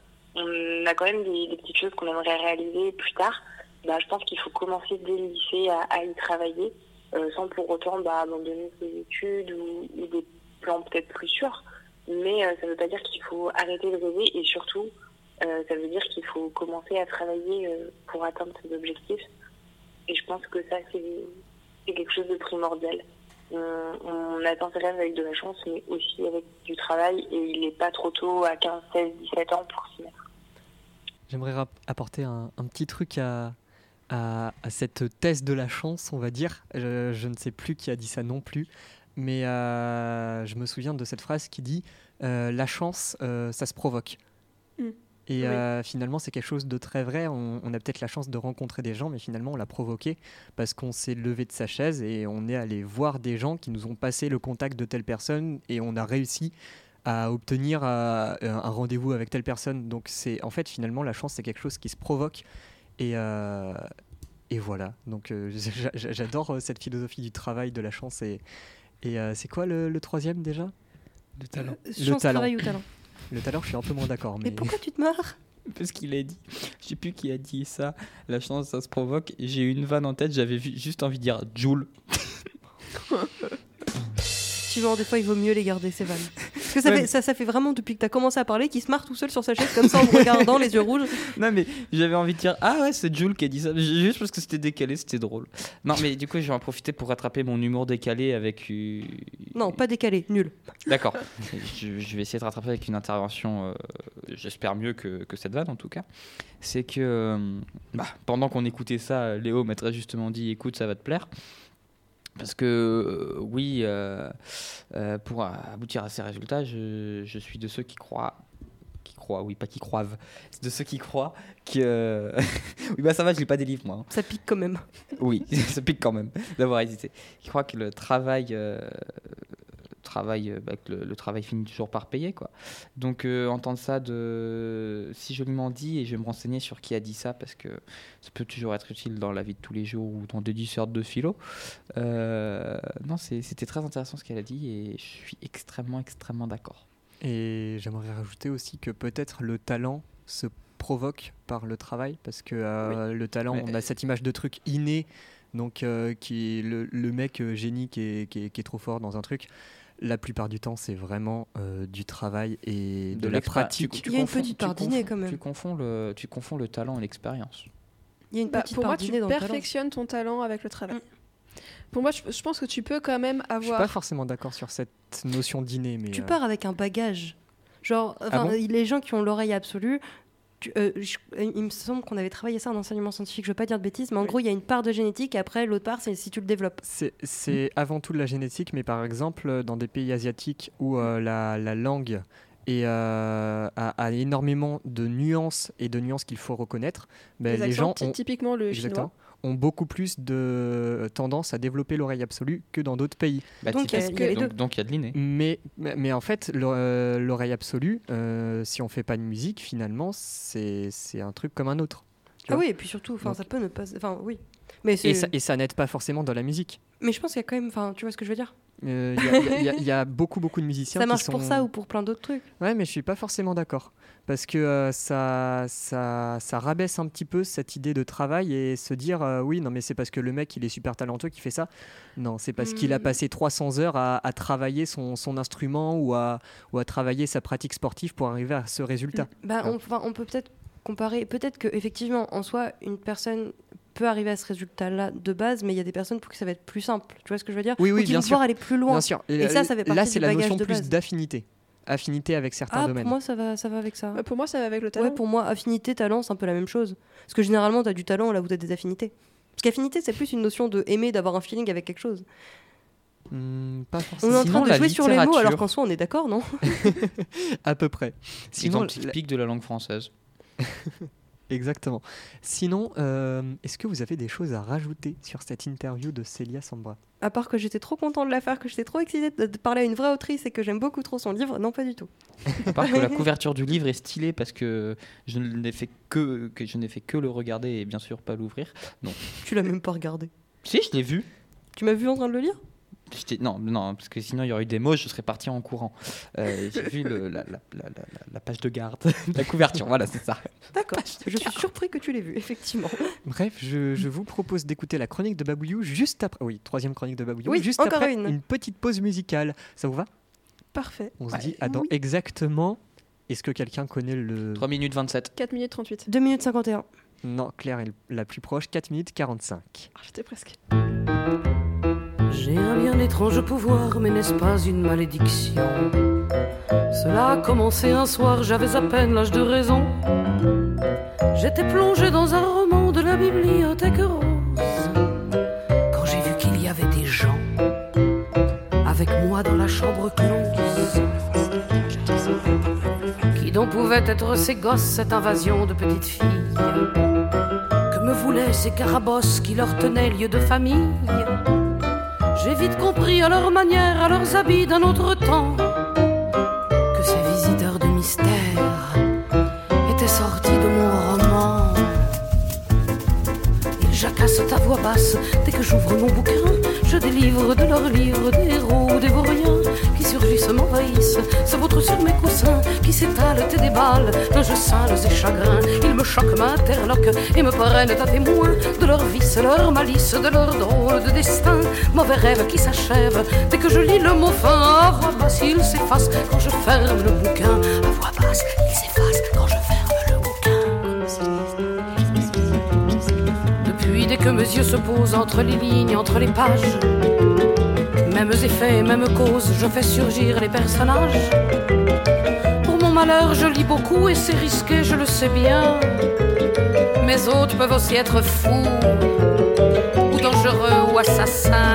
on a quand même des petites choses qu'on aimerait réaliser plus tard. Je pense qu'il faut commencer dès le lycée à y travailler, sans pour autant abandonner ses études ou des plans peut-être plus sûrs. Mais ça ne veut pas dire qu'il faut arrêter de rêver et surtout, ça veut dire qu'il faut commencer à travailler pour atteindre ses objectifs. Et je pense que ça, c'est quelque chose de primordial. On atteint ses rêves avec de la chance, mais aussi avec du travail. Et il n'est pas trop tôt, à 15, 16, 17 ans, pour s'y mettre.
J'aimerais apporter un petit truc à cette thèse de la chance, on va dire. Je ne sais plus qui a dit ça non plus, mais je me souviens de cette phrase qui dit la chance, ça se provoque. Et finalement, c'est quelque chose de très vrai. On a peut-être la chance de rencontrer des gens, mais finalement, on l'a provoqué parce qu'on s'est levé de sa chaise et on est allé voir des gens qui nous ont passé le contact de telle personne et on a réussi à obtenir un rendez-vous avec telle personne. Donc, en fait, finalement, la chance, c'est quelque chose qui se provoque. Et voilà. Donc, j'adore cette philosophie du travail, de la chance. Et c'est quoi le troisième déjà ?
Le talent.
Chance, travail ou talent ?
Le talent, je suis un peu moins d'accord.
Mais pourquoi tu te marres ?
Parce qu'il a dit, je sais plus qui a dit ça, la chance ça se provoque. J'ai eu une vanne en tête, j'avais juste envie de dire Joule.
Tu vois, des fois il vaut mieux les garder ces vannes. Parce que ça fait vraiment depuis que tu as commencé à parler qu'il se marre tout seul sur sa chaise comme ça en me regardant les yeux rouges.
Non mais j'avais envie de dire ah ouais c'est Jules qui a dit ça juste parce que c'était décalé, c'était drôle. Non mais du coup je vais en profiter pour rattraper mon humour décalé avec
Non pas décalé, nul.
D'accord. je vais essayer de rattraper avec une intervention j'espère mieux que cette vanne en tout cas. C'est que pendant qu'on écoutait ça, Léo m'a très justement dit écoute ça va te plaire. Parce que oui, pour aboutir à ces résultats, je suis de ceux qui croient, oui, pas qui croivent, c'est de ceux qui croient que... oui, ça va, je lis pas des livres, moi. Hein.
Ça pique quand même.
Oui, ça pique quand même d'avoir hésité. Qui croient que le travail, le travail finit toujours par payer, quoi. Donc, entendre ça si joliment dit, et je vais me renseigner sur qui a dit ça, parce que ça peut toujours être utile dans la vie de tous les jours ou dans des dissertes de philo. Non, c'était très intéressant ce qu'elle a dit, et je suis extrêmement, extrêmement d'accord. Et
j'aimerais rajouter aussi que peut-être le talent se provoque par le travail, parce que le talent, on a cette image de truc inné, donc qui est le mec génie qui est trop fort dans un truc. la plupart du temps, c'est vraiment du travail et de la
l'expérience.
pratique.
Il y a une petite part dîner, quand même.
Tu confonds le talent et l'expérience.
Il y a une petite
Pour
part
moi, tu
dîner dans le talent.
perfectionnes ton talent avec le travail. Pour moi, je pense que tu peux quand même
Je suis
avoir...
pas forcément d'accord sur cette notion d'inné, mais
Tu pars avec un bagage. Genre,
bon
les gens qui ont l'oreille absolue, il me semble qu'on avait travaillé ça en enseignement scientifique, je veux pas dire de bêtises, mais en gros, il y a une part de génétique et après, l'autre part, c'est si tu le développes.
c'est avant tout de la génétique, mais par exemple, dans des pays asiatiques où la langue a énormément de nuances et de nuances qu'il faut reconnaître, ben, les gens ont,
typiquement le
exactement,
chinois.
ont beaucoup plus de tendance à développer l'oreille absolue que dans d'autres pays.
Donc, il y a les deux.
Donc il y a de l'inné.
Mais en fait, l'oreille absolue, si on fait pas de musique, finalement, c'est un truc comme un autre.
Ah oui, et puis surtout,
Donc-
ça peut ne pas... Enfin, oui. Mais,
Et ça n'aide pas forcément dans la musique.
mais je pense qu'il y a quand même... Enfin, tu vois ce que je veux dire?
Il y a beaucoup de musiciens
Ça
qui
marche
sont...
pour ça ou pour plein d'autres trucs.
Ouais, mais je suis pas forcément d'accord. Parce que ça rabaisse un petit peu cette idée de travail et se dire oui, non, mais c'est parce que le mec il est super talentueux qui fait ça. Non, c'est parce qu'il a passé 300 heures à travailler son instrument ou à travailler sa pratique sportive pour arriver à ce résultat.
Bah, on peut peut-être comparer. Peut-être qu'effectivement, en soi, une personne peut arriver à ce résultat-là de base, mais il y a des personnes pour qui ça va être plus simple. Tu vois ce que je veux dire?
Oui,
Ou qui
bien
vont
sûr.
pouvoir aller plus loin.
Bien sûr.
Et ça fait partie
là,
du
c'est la
bagage
notion
de
plus
base.
d'affinité. Affinité avec certains
Ah,
domaines.
pour moi, ça va avec ça.
Pour moi, ça va avec le talent.
Ouais, pour moi, affinité, talent, c'est un peu la même chose. Parce que généralement, t'as du talent là où t'as des affinités. Parce qu'affinité, c'est plus une notion de aimer, d'avoir un feeling avec quelque chose.
Pas
On est
forcément.
en train
Sinon,
de
la
jouer sur les mots,
littérature.
alors qu'en soi, on est d'accord, non?
À peu près. Sinon,
Exemple typique de la langue française.
exactement. Sinon, est-ce que vous avez des choses à rajouter sur cette interview de Célia Sambra?
À part que j'étais trop contente de la faire, que j'étais trop excitée de parler à une vraie autrice et que j'aime beaucoup trop son livre, non, pas du tout.
À part que la couverture du livre est stylée parce que je n'ai fait que le regarder et bien sûr pas l'ouvrir. Non.
Tu l'as même pas regardé.
Si, je l'ai vu.
Tu m'as vu en train de le lire?
Non, parce que sinon il y aurait eu des mots, je serais parti en courant. J'ai vu la page de garde, la couverture, voilà, c'est ça.
D'accord. Je suis surpris que tu l'aies vu, effectivement.
Bref, je vous propose d'écouter la chronique de Babouillou juste après. Oui, troisième chronique de Babouillou.
Oui,
juste
encore
après
une.
petite pause musicale. Ça vous va?
Parfait.
On se dit dans exactement. Est-ce que quelqu'un connaît le.
3 minutes 27.
4 minutes 38.
2 minutes 51.
Non, Claire est la plus proche, 4 minutes 45.
Ah, j'étais presque.
J'ai un bien étrange pouvoir, mais n'est-ce pas une malédiction? Cela a commencé un soir, j'avais à peine l'âge de raison. J'étais plongé dans un roman de la bibliothèque rose, quand j'ai vu qu'il y avait des gens avec moi dans la chambre close. Qui donc pouvaient être ces gosses, cette invasion de petites filles? Que me voulaient ces carabosses qui leur tenaient lieu de famille? J'ai vite compris à leur manière, à leurs habits d'un autre temps, que ces visiteurs de mystère étaient sortis de mon roman. Ils jacassent à voix basse dès que j'ouvre mon bouquin. Je délivre de leurs livres des héros, des vauriens qui surgissent, m'envahissent, se vautrent sur mes coussins, qui s'étalent et déballent d'un jeu sales et chagrins. Ils me choquent, m'interloquent et me prennent à témoin de leur vice, leur malice, de leur drôle de destin. Mauvais rêve qui s'achève dès que je lis le mot fin. À voix basse, il s'efface quand je ferme le bouquin. À voix basse, il s'efface quand je ferme le bouquin. Depuis, dès que mes yeux se posent entre les lignes, entre les pages, mêmes effets, mêmes causes, je fais surgir les personnages. Pour mon malheur, je lis beaucoup et c'est risqué, je le sais bien. Mes hôtes peuvent aussi être fous, ou dangereux, ou assassins.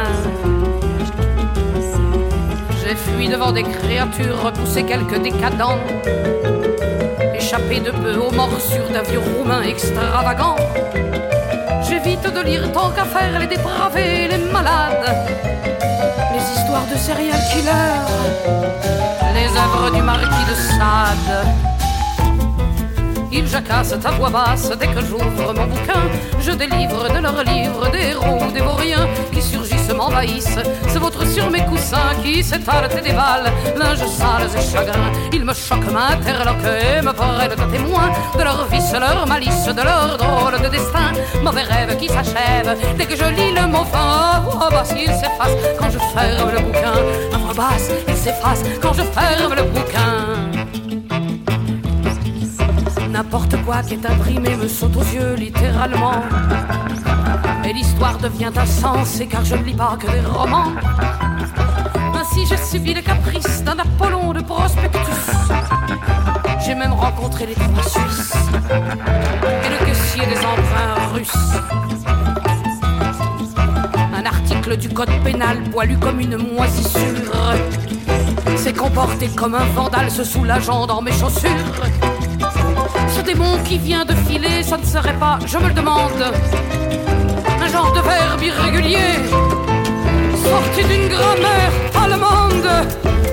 J'ai fui devant des créatures, repoussé quelques décadents, échappé de peu aux morsures d'un vieux roumain extravagant. J'évite de lire tant qu'à faire les dépravés, les malades, les histoires de serial killers, les œuvres du marquis de Sade. Ils jacassent à voix basse dès que j'ouvre mon bouquin. Je délivre de leurs livres des héros, des vauriens qui surgissent, m'envahissent, se vautrent sur mes coussins, qui s'étalent et dévalent, linges sales et chagrins. Ils me choquent, m'interloquent et me prennent à témoin de leur vice, leur malice, de leur drôle de destin. Mauvais rêve qui s'achève dès que je lis le mot fin. À voix basse, il s'efface quand je ferme le bouquin. À voix basse, il s'efface s'efface quand je ferme le bouquin. N'importe quoi qui est imprimé me saute aux yeux littéralement. Et l'histoire devient insensée car je ne lis pas que des romans. Ainsi j'ai subi les caprices d'un Apollon de prospectus. J'ai même rencontré les trois Suisses et le caissier des emprunts russes. Un article du code pénal poilu comme une moisissure s'est comporté comme un vandale se soulageant dans mes chaussures. Ce démon qui vient de filer, ça ne serait pas, je me le demande, un genre de verbe irrégulier sorti d'une grammaire allemande.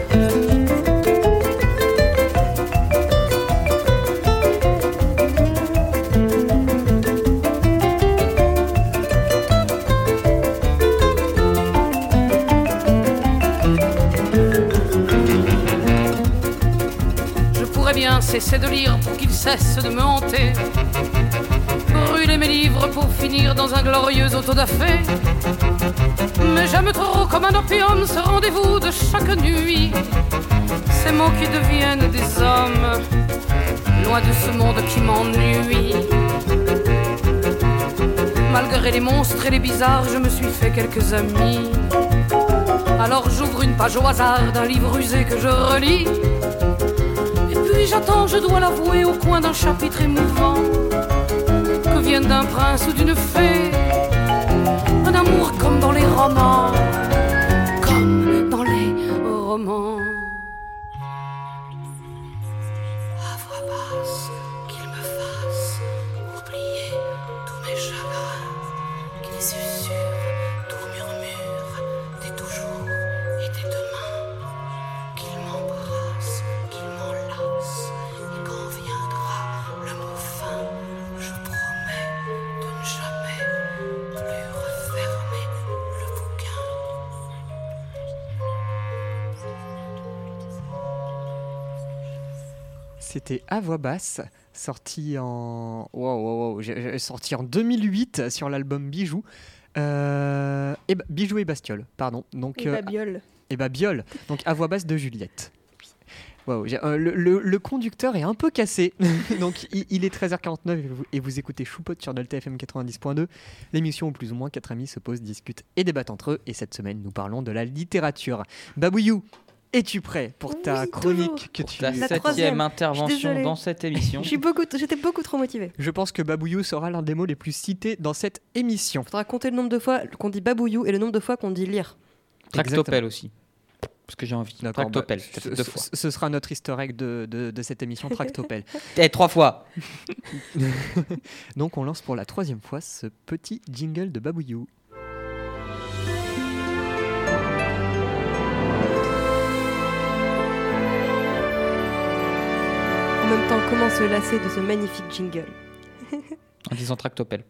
Je pourrais bien cesser de lire pour qu'il cesse de me hanter, brûler mes livres pour finir dans un glorieux autodafé. Mais j'aime trop comme un opium ce rendez-vous de chaque nuit, ces mots qui deviennent des hommes, loin de ce monde qui m'ennuie. Malgré les monstres et les bizarres, je me suis fait quelques amis. Alors j'ouvre une page au hasard d'un livre usé que je relis. Et puis j'attends, je dois l'avouer, au coin d'un chapitre émouvant, que vienne d'un prince ou d'une fée, un amour comme dans les romans, comme dans les romans. À voix basse, qu'il me fasse oublier tous mes chagrins, qu'il susurre, tout murmure, des toujours et des demain, qu'il m'embrasse, qu'il m'enlace, et quand viendra le mot fin, je promets de ne jamais plus refermer le bouquin.
C'était À voix basse, sorti en sorti en 2008 sur l'album Bijoux. Bijoux et Bastiole, pardon. Donc,
Et Babiole.
et Babiole, donc À voix basse de Juliette. Wow, le conducteur est un peu cassé. Donc il est 13h49 et vous écoutez Choupot sur Delta FM 90.2. L'émission où plus ou moins 4 amis se posent, discutent et débattent entre eux. Et cette semaine, nous parlons de la littérature. Babouillou, es-tu prêt pour ta
Oui,
chronique que tu...
Ta
La
7e
troisième.
intervention
Je suis désolée.
dans cette émission.
J'étais beaucoup trop motivée.
Je pense que Babouillou sera l'un des mots les plus cités dans cette émission.
Faudra compter le nombre de fois qu'on dit babouillou et le nombre de fois qu'on dit lire.
Tractopelle aussi. Parce que j'ai envie.
D'accord,
Tractopelle,
bah,
ça fait 2 fois.
Ce sera notre easter egg de cette émission, Tractopelle.
Et 3 fois.
Donc on lance pour la 3e fois ce petit jingle de Babouillou.
En même temps, comment se lasser de ce magnifique jingle?
En disant Tractopelle.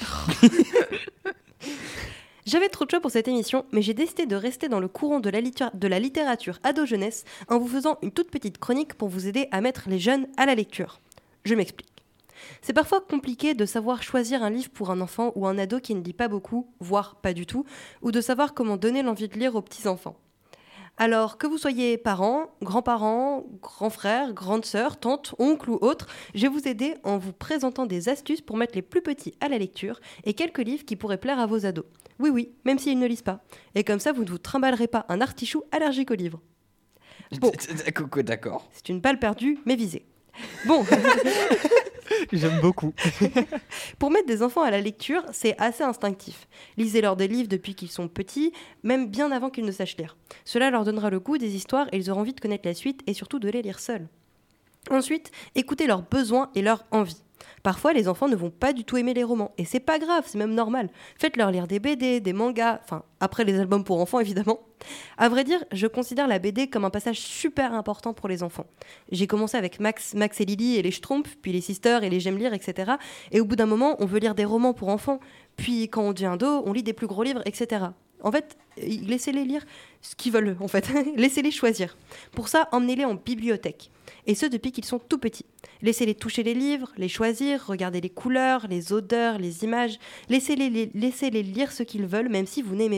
J'avais trop de choix pour cette émission, mais j'ai décidé de rester dans le courant de la littérature ado-jeunesse en vous faisant une toute petite chronique pour vous aider à mettre les jeunes à la lecture. Je m'explique. C'est parfois compliqué de savoir choisir un livre pour un enfant ou un ado qui ne lit pas beaucoup, voire pas du tout, ou de savoir comment donner l'envie de lire aux petits-enfants. Alors, que vous soyez parents, grands-parents, grands frères, grandes sœurs, tantes, oncles ou autres, je vais vous aider en vous présentant des astuces pour mettre les plus petits à la lecture et quelques livres qui pourraient plaire à vos ados. Oui, même s'ils ne lisent pas. Et comme ça, vous ne vous trimballerez pas un artichaut allergique aux livres. Bon,
D'accord.
c'est une balle perdue, mais visée. Bon,
J'aime beaucoup.
pour mettre des enfants à la lecture, c'est assez instinctif. Lisez-leur des livres depuis qu'ils sont petits, même bien avant qu'ils ne sachent lire. Cela leur donnera le goût des histoires et ils auront envie de connaître la suite et surtout de les lire seuls. Ensuite, écoutez leurs besoins et leurs envies. Parfois, les enfants ne vont pas du tout aimer les romans, et c'est pas grave, c'est même normal. Faites-leur lire des BD, des mangas, enfin, après les albums pour enfants évidemment. À vrai dire, je considère la BD comme un passage super important pour les enfants. J'ai commencé avec Max et Lily et les Schtroumpfs, puis les Sisters et les J'aime lire, etc. Et au bout d'un moment, on veut lire des romans pour enfants, puis quand on devient ado, on lit des plus gros livres, etc. En fait, laissez-les lire ce qu'ils veulent, en fait. Laissez-les choisir. Pour ça, emmenez-les en bibliothèque. Et ce, depuis qu'ils sont tout petits. Laissez-les toucher les livres, les choisir, regarder les couleurs, les odeurs, les images. Laissez-les lire ce qu'ils veulent, même si vous n'aimez pas.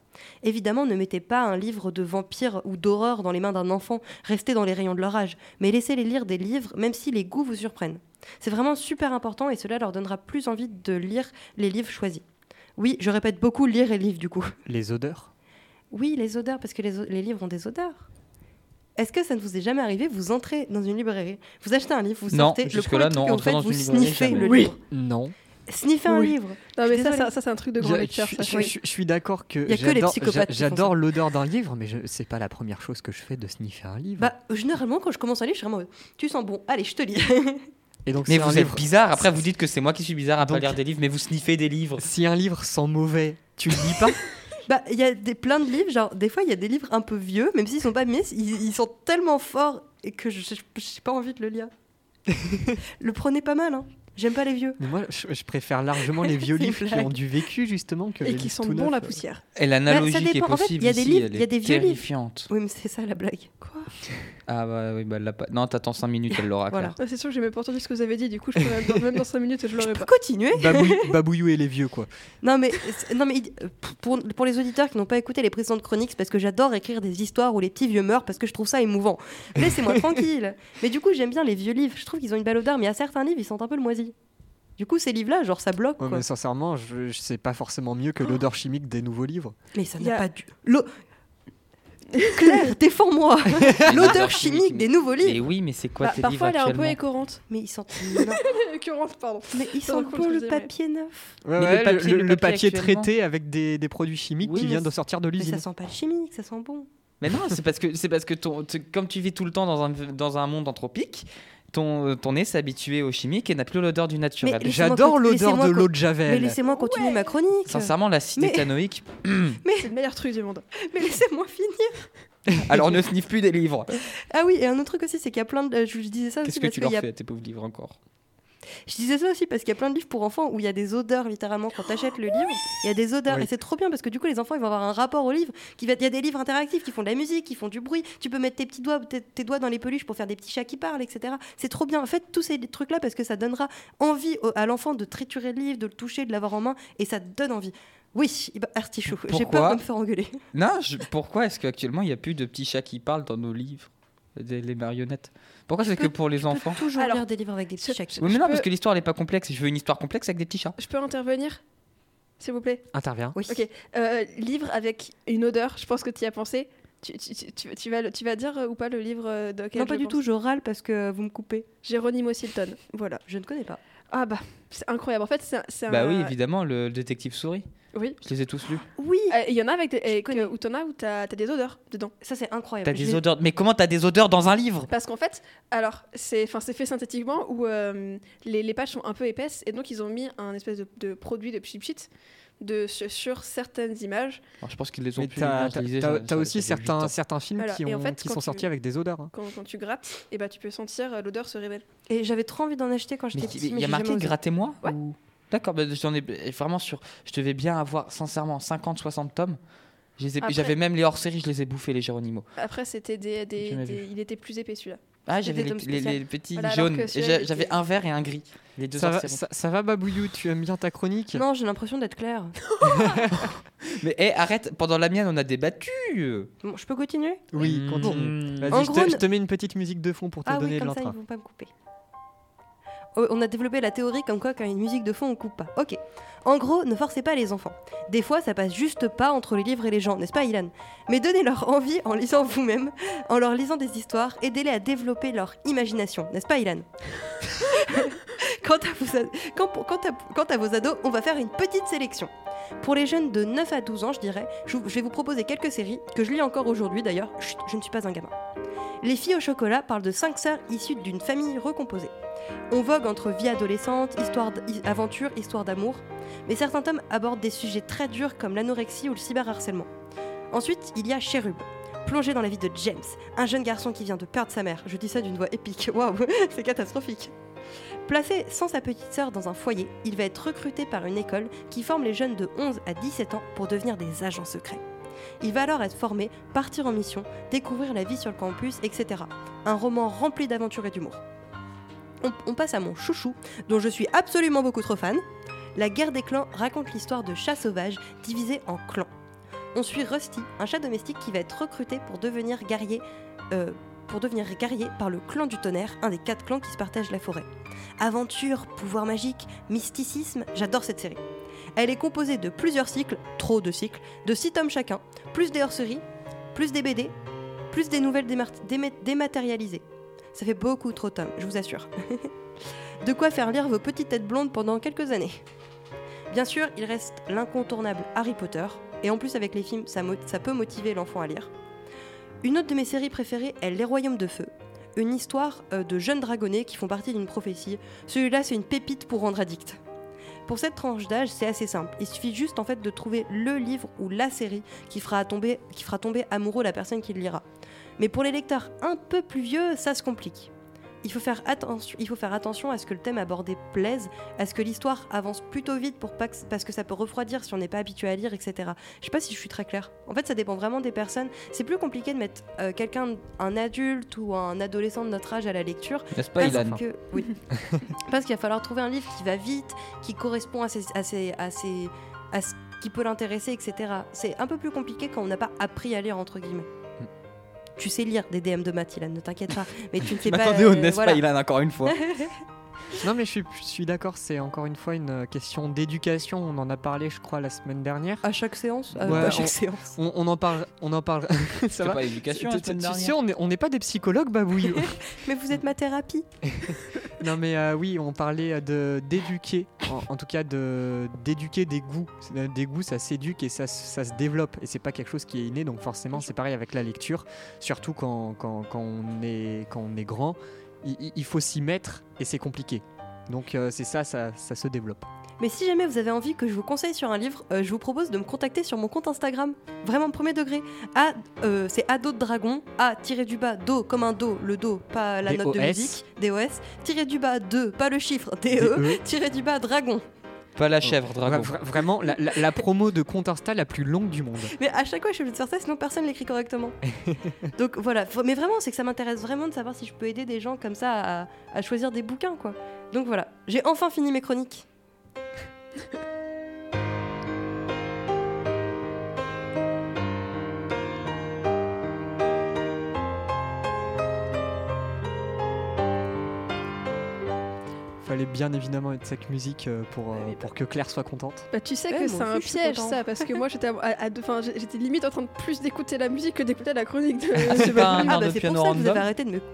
Évidemment, ne mettez pas un livre de vampire ou d'horreur dans les mains d'un enfant, restez dans les rayons de leur âge, mais laissez-les lire des livres même si les goûts vous surprennent. C'est vraiment super important et cela leur donnera plus envie de lire les livres choisis. Oui, je répète beaucoup lire les livres du coup.
Les odeurs.
Oui, les odeurs, parce que les livres ont des odeurs. Est-ce que ça ne vous est jamais arrivé? Vous entrez dans une librairie, vous achetez un livre, vous
Non,
sortez, le
jusque-là,
premier
non,
truc que vous
entrer
faites,
dans
vous
une librairie,
sniffez
jamais.
le
Oui.
livre.
Non.
Sniffer un
Oui.
livre.
Non, mais
Je suis
ça,
désolée.
c'est un truc de grand lecteur. Ça.
Je suis d'accord que
Il y a que les psychopathes qui font
j'adore
ça.
l'odeur d'un livre, mais c'est pas la première chose que je fais de sniffer un livre.
Bah, généralement, quand je commence un livre, je suis vraiment tu sens bon, allez, je te lis.
Et donc,
Mais
c'est un
vous êtes
livre-
bizarre. Après, vous dites que c'est moi qui suis bizarre à pas
Donc-
lire des livres, mais vous sniffez des livres.
Si un livre sent mauvais, tu le lis pas.
Bah, il y a plein de livres, genre, des fois, il y a des livres un peu vieux, même s'ils sont pas mieux, ils sont tellement forts et que j'ai pas envie de le lire. Le prenez pas mal, hein. J'aime pas les vieux.
Mais moi, je préfère largement les vieux
C'est une
livres qui
blague.
ont du vécu, justement, que
Et
les
qui
livres
sont
tout
bons
neufs.
la poussière.
Et l'analogie
Bah, ça
qui est
dépend. En fait,
possible
il y a des
ici,
livres-
elle
il y a
est
des vieux livres.
terrifiante.
Oui, mais c'est ça la blague. Quoi?
Ah bah oui, bah elle l'a pas. Non, t'attends 5 minutes, elle l'aura.
Voilà.
Claire.
C'est sûr que j'ai même pas entendu ce que vous avez dit, du coup, je peux, même dans 5 minutes, je l'aurais
Je
pas.
peux continuer?
Babouillou et les vieux, quoi.
Non, mais pour les auditeurs qui n'ont pas écouté les précédentes chroniques, c'est parce que j'adore écrire des histoires où les petits vieux meurent parce que je trouve ça émouvant. Laissez-moi tranquille. Mais du coup, j'aime bien les vieux livres. Je trouve qu'ils ont une belle odeur, mais il y a certains livres, ils sentent un peu le moisi. Du coup, ces livres-là, genre, ça bloque.
Ouais,
Quoi.
mais sincèrement, je sais pas forcément mieux que l'odeur chimique des nouveaux livres.
Mais ça
Il
n'a
y a-
pas dû. Claire, défends-moi. L'odeur chimique des nouveaux livres.
Mais oui, mais c'est quoi
Bah,
tes livres
parfois, elle est un peu
actuellement
écorante.
Mais ils sentent.
Écorante, pardon.
Mais ils
Ça, par
sentent
contre,
bon
je
le
les aimerais.
papier neuf.
Ouais,
Mais
ouais,
le papier-
le
le
papier
papier
traité avec des produits chimiques
Oui,
qui
mais
viennent de sortir de
Mais
l'usine.
ça sent pas le chimique, ça sent bon.
Mais non, c'est parce que comme tu vis tout le temps dans un monde anthropique, ton nez s'est habitué au chimique et n'a plus l'odeur du naturel.
Mais
J'adore l'odeur
laissez-moi
de l'eau de
Mais
Javel.
laissez-moi continuer ma chronique.
Sincèrement, l'acide
Mais-
éthanoïque.
C'est le meilleur truc du monde.
Mais laissez-moi finir.
Alors ne sniffe plus des livres.
Ah oui, et un autre truc aussi, c'est qu'il y a plein de. Je disais ça
Qu'est-ce
aussi
que
parce
tu
qu'il
leur
y a.
fais à tes pauvres livres encore?
Je disais ça aussi parce qu'il y a plein de livres pour enfants où il y a des odeurs littéralement quand t'achètes le livre, il y a des odeurs
Oui.
et c'est trop bien parce que du coup les enfants ils vont avoir un rapport au livre. Il y a des livres interactifs qui font de la musique, qui font du bruit. Tu peux mettre tes petits doigts, tes doigts dans les peluches pour faire des petits chats qui parlent, etc. C'est trop bien. Faites tous ces trucs là parce que ça donnera envie à l'enfant de triturer le livre, de le toucher, de l'avoir en main et ça donne envie. Oui, Artichaut, j'ai
Pourquoi
peur de me faire engueuler.
Non, pourquoi est-ce qu'actuellement il n'y a plus de petits chats qui parlent dans nos livres, les marionnettes? Pourquoi c'est que pour les enfants?
Je peux toujours
Alors,
lire des livres avec des petits chats.
Oui, mais non,
peux-
parce que l'histoire n'est pas complexe. Je veux une histoire complexe avec des petits chats.
Je peux intervenir, s'il vous plaît?
Intervient.
Oui.
Ok. Livre avec une odeur, je pense que tu y as pensé. Tu vas dire ou pas le livre de quel
Non, pas
je
du
pense
tout, je râle parce que vous me coupez.
Geronimo Stilton. Voilà.
Je ne connais pas.
Ah bah, c'est incroyable. En fait, c'est un.
Bah oui, évidemment, le détective souris.
Oui.
Je les ai tous lus.
Oui,
Il y en a avec
connais.
où t'as des odeurs dedans.
ça c'est incroyable.
T'as des
J'ai-
odeurs. Mais comment t'as des odeurs dans un livre?
Parce qu'en fait, alors, c'est fait synthétiquement où les pages sont un peu épaisses et donc ils ont mis un espèce de produit de pchit sur certaines images.
Alors, je pense qu'ils les ont
Mais
pu.
t'as
non, je les ai,
t'as
ça-
aussi
ça fait 8 ans.
certains films
Voilà. Et en fait,
qui
quand
sont
tu-
sortis avec des odeurs. hein.
Quand tu grattes, et tu peux sentir l'odeur se révèle.
Et j'avais trop envie d'en acheter quand
Mais
j'étais petite.
il
mais
y a
j'ai
marqué
jamais osé.
grattez-moi
Ouais.
ou- D'accord, bah, j'en ai vraiment sûr. Je devais bien avoir sincèrement 50-60 tomes.
Après-
J'avais même les hors-série, je les ai bouffés, les Geronimo.
Après, c'était
Jamais vu.
il était plus épais celui-là.
Ah,
C'était
j'avais
des tomes
les
spéciaux.
petits
Voilà, alors
jaunes.
que
Et
celui-là, il
j'avais
était-
un vert et un gris. Les deux
Ça va,
hors-série.
ça va, Babouillou, tu aimes bien ta chronique?
Non, j'ai l'impression d'être claire.
Mais arrête, pendant la mienne, on a débattu.
Bon, je peux continuer?
Oui,
Mmh.
continue. Vas-y,
En
je
gros,
te mets une petite musique de fond pour te
Ah
donner
oui,
de
comme ça ils
l'entrain.
vont pas me couper. Oh, on a développé la théorie comme quoi quand il y a une musique de fond on coupe pas. Ok. En gros, ne forcez pas les enfants. Des fois, ça passe juste pas entre les livres et les gens, n'est-ce pas, Ilan? Mais donnez-leur envie en lisant vous-même, en leur lisant des histoires, aidez-les à développer leur imagination, n'est-ce pas, Ilan? Quant à vos ados, on va faire une petite sélection. Pour les jeunes de 9 à 12 ans, je dirais, je vais vous proposer quelques séries que je lis encore aujourd'hui d'ailleurs. Chut, je ne suis pas un gamin. Les filles au chocolat parlent de 5 sœurs issues d'une famille recomposée. On vogue entre vie adolescente, aventure, histoire d'amour, mais certains tomes abordent des sujets très durs comme l'anorexie ou le cyberharcèlement. Ensuite, il y a Chérub, plongé dans la vie de James, un jeune garçon qui vient de perdre sa mère. Je dis ça d'une voix épique, waouh, c'est catastrophique. Placé sans sa petite sœur dans un foyer, il va être recruté par une école qui forme les jeunes de 11 à 17 ans pour devenir des agents secrets. Il va alors être formé, partir en mission, découvrir la vie sur le campus, etc. Un roman rempli d'aventures et d'humour. On passe à mon chouchou, dont je suis absolument beaucoup trop fan. La guerre des clans raconte l'histoire de chats sauvages divisés en clans. On suit Rusty, un chat domestique qui va être recruté pour devenir guerrier par le clan du tonnerre, un des 4 clans qui se partagent la forêt. Aventure, pouvoir magique, mysticisme, j'adore cette série. Elle est composée de plusieurs cycles, trop de cycles, de 6 tomes chacun, plus des hors-séries, plus des BD, plus des nouvelles dématérialisées. Ça fait beaucoup trop de tomes, je vous assure. De quoi faire lire vos petites têtes blondes pendant quelques années. Bien sûr, il reste l'incontournable Harry Potter, et en plus avec les films, ça peut motiver l'enfant à lire. Une autre de mes séries préférées est Les Royaumes de Feu, une histoire de jeunes dragonnés qui font partie d'une prophétie. Celui-là, c'est une pépite pour rendre addict. Pour cette tranche d'âge, c'est assez simple. Il suffit juste en fait de trouver le livre ou la série qui fera tomber amoureux la personne qui le lira. Mais pour les lecteurs un peu plus vieux, ça se complique. Il faut faire attention à ce que le thème abordé plaise, à ce que l'histoire avance plutôt vite parce que ça peut refroidir si on n'est pas habitué à lire, etc. Je sais pas si je suis très claire. En fait, ça dépend vraiment des personnes. C'est plus compliqué de mettre un adulte ou un adolescent de notre âge à la lecture.
N'est-ce pas, Ilan ?
Oui. Parce qu'il va falloir trouver un livre qui va vite, qui correspond à ce qui peut l'intéresser, etc. C'est un peu plus compliqué quand on n'a pas appris à lire, entre guillemets. Tu sais lire des DM de maths, Ilan, ne t'inquiète pas. Mais tu ne sais pas.
Attendez, n'est-ce pas, Ilan, encore une fois.
Non, mais je suis d'accord, c'est encore une fois une question d'éducation. On en a parlé, je crois, la semaine dernière.
À chaque séance
Ouais,
à chaque séance.
On en parle. Ça
C'est
va
pas l'éducation la semaine
Tu
dernière.
sais, on n'est pas des psychologues, Babouille.
Mais vous êtes ma thérapie.
Non, mais oui, on parlait d'éduquer, en tout cas d'éduquer des goûts. Des goûts, ça s'éduque et ça se développe. Et c'est pas quelque chose qui est inné, donc forcément, c'est pareil avec la lecture. Surtout quand on est grand, il faut s'y mettre et c'est compliqué. Donc c'est ça se développe.
Mais si jamais vous avez envie que je vous conseille sur un livre, je vous propose de me contacter sur mon compte Instagram. Vraiment premier degré. C'est ado de dragon. A-do comme un do, le do, pas la note de musique. DOS. tiré-du-bas 2, pas le chiffre. DE. tiré-du-bas dragon.
Pas la chèvre, dragon.
Vraiment la promo de compte Insta la plus longue du monde.
Mais à chaque fois je suis obligée de faire ça, sinon personne l'écrit correctement. Donc voilà, mais vraiment c'est que ça m'intéresse vraiment de savoir si je peux aider des gens comme ça à choisir des bouquins, quoi. Donc voilà, j'ai enfin fini mes chroniques.
Fallait bien évidemment être cette musique pour que Claire soit contente.
Bah, tu sais
Ouais,
que
moi
c'est un
aussi, je suis
piège,
contente.
ça, parce que moi j'étais limite en train de plus d'écouter la musique que d'écouter la chronique de
Ah, c'est pas un
Ah
air
bah
de
c'est
piano
pour ça que vous
random.
avez arrêté de me...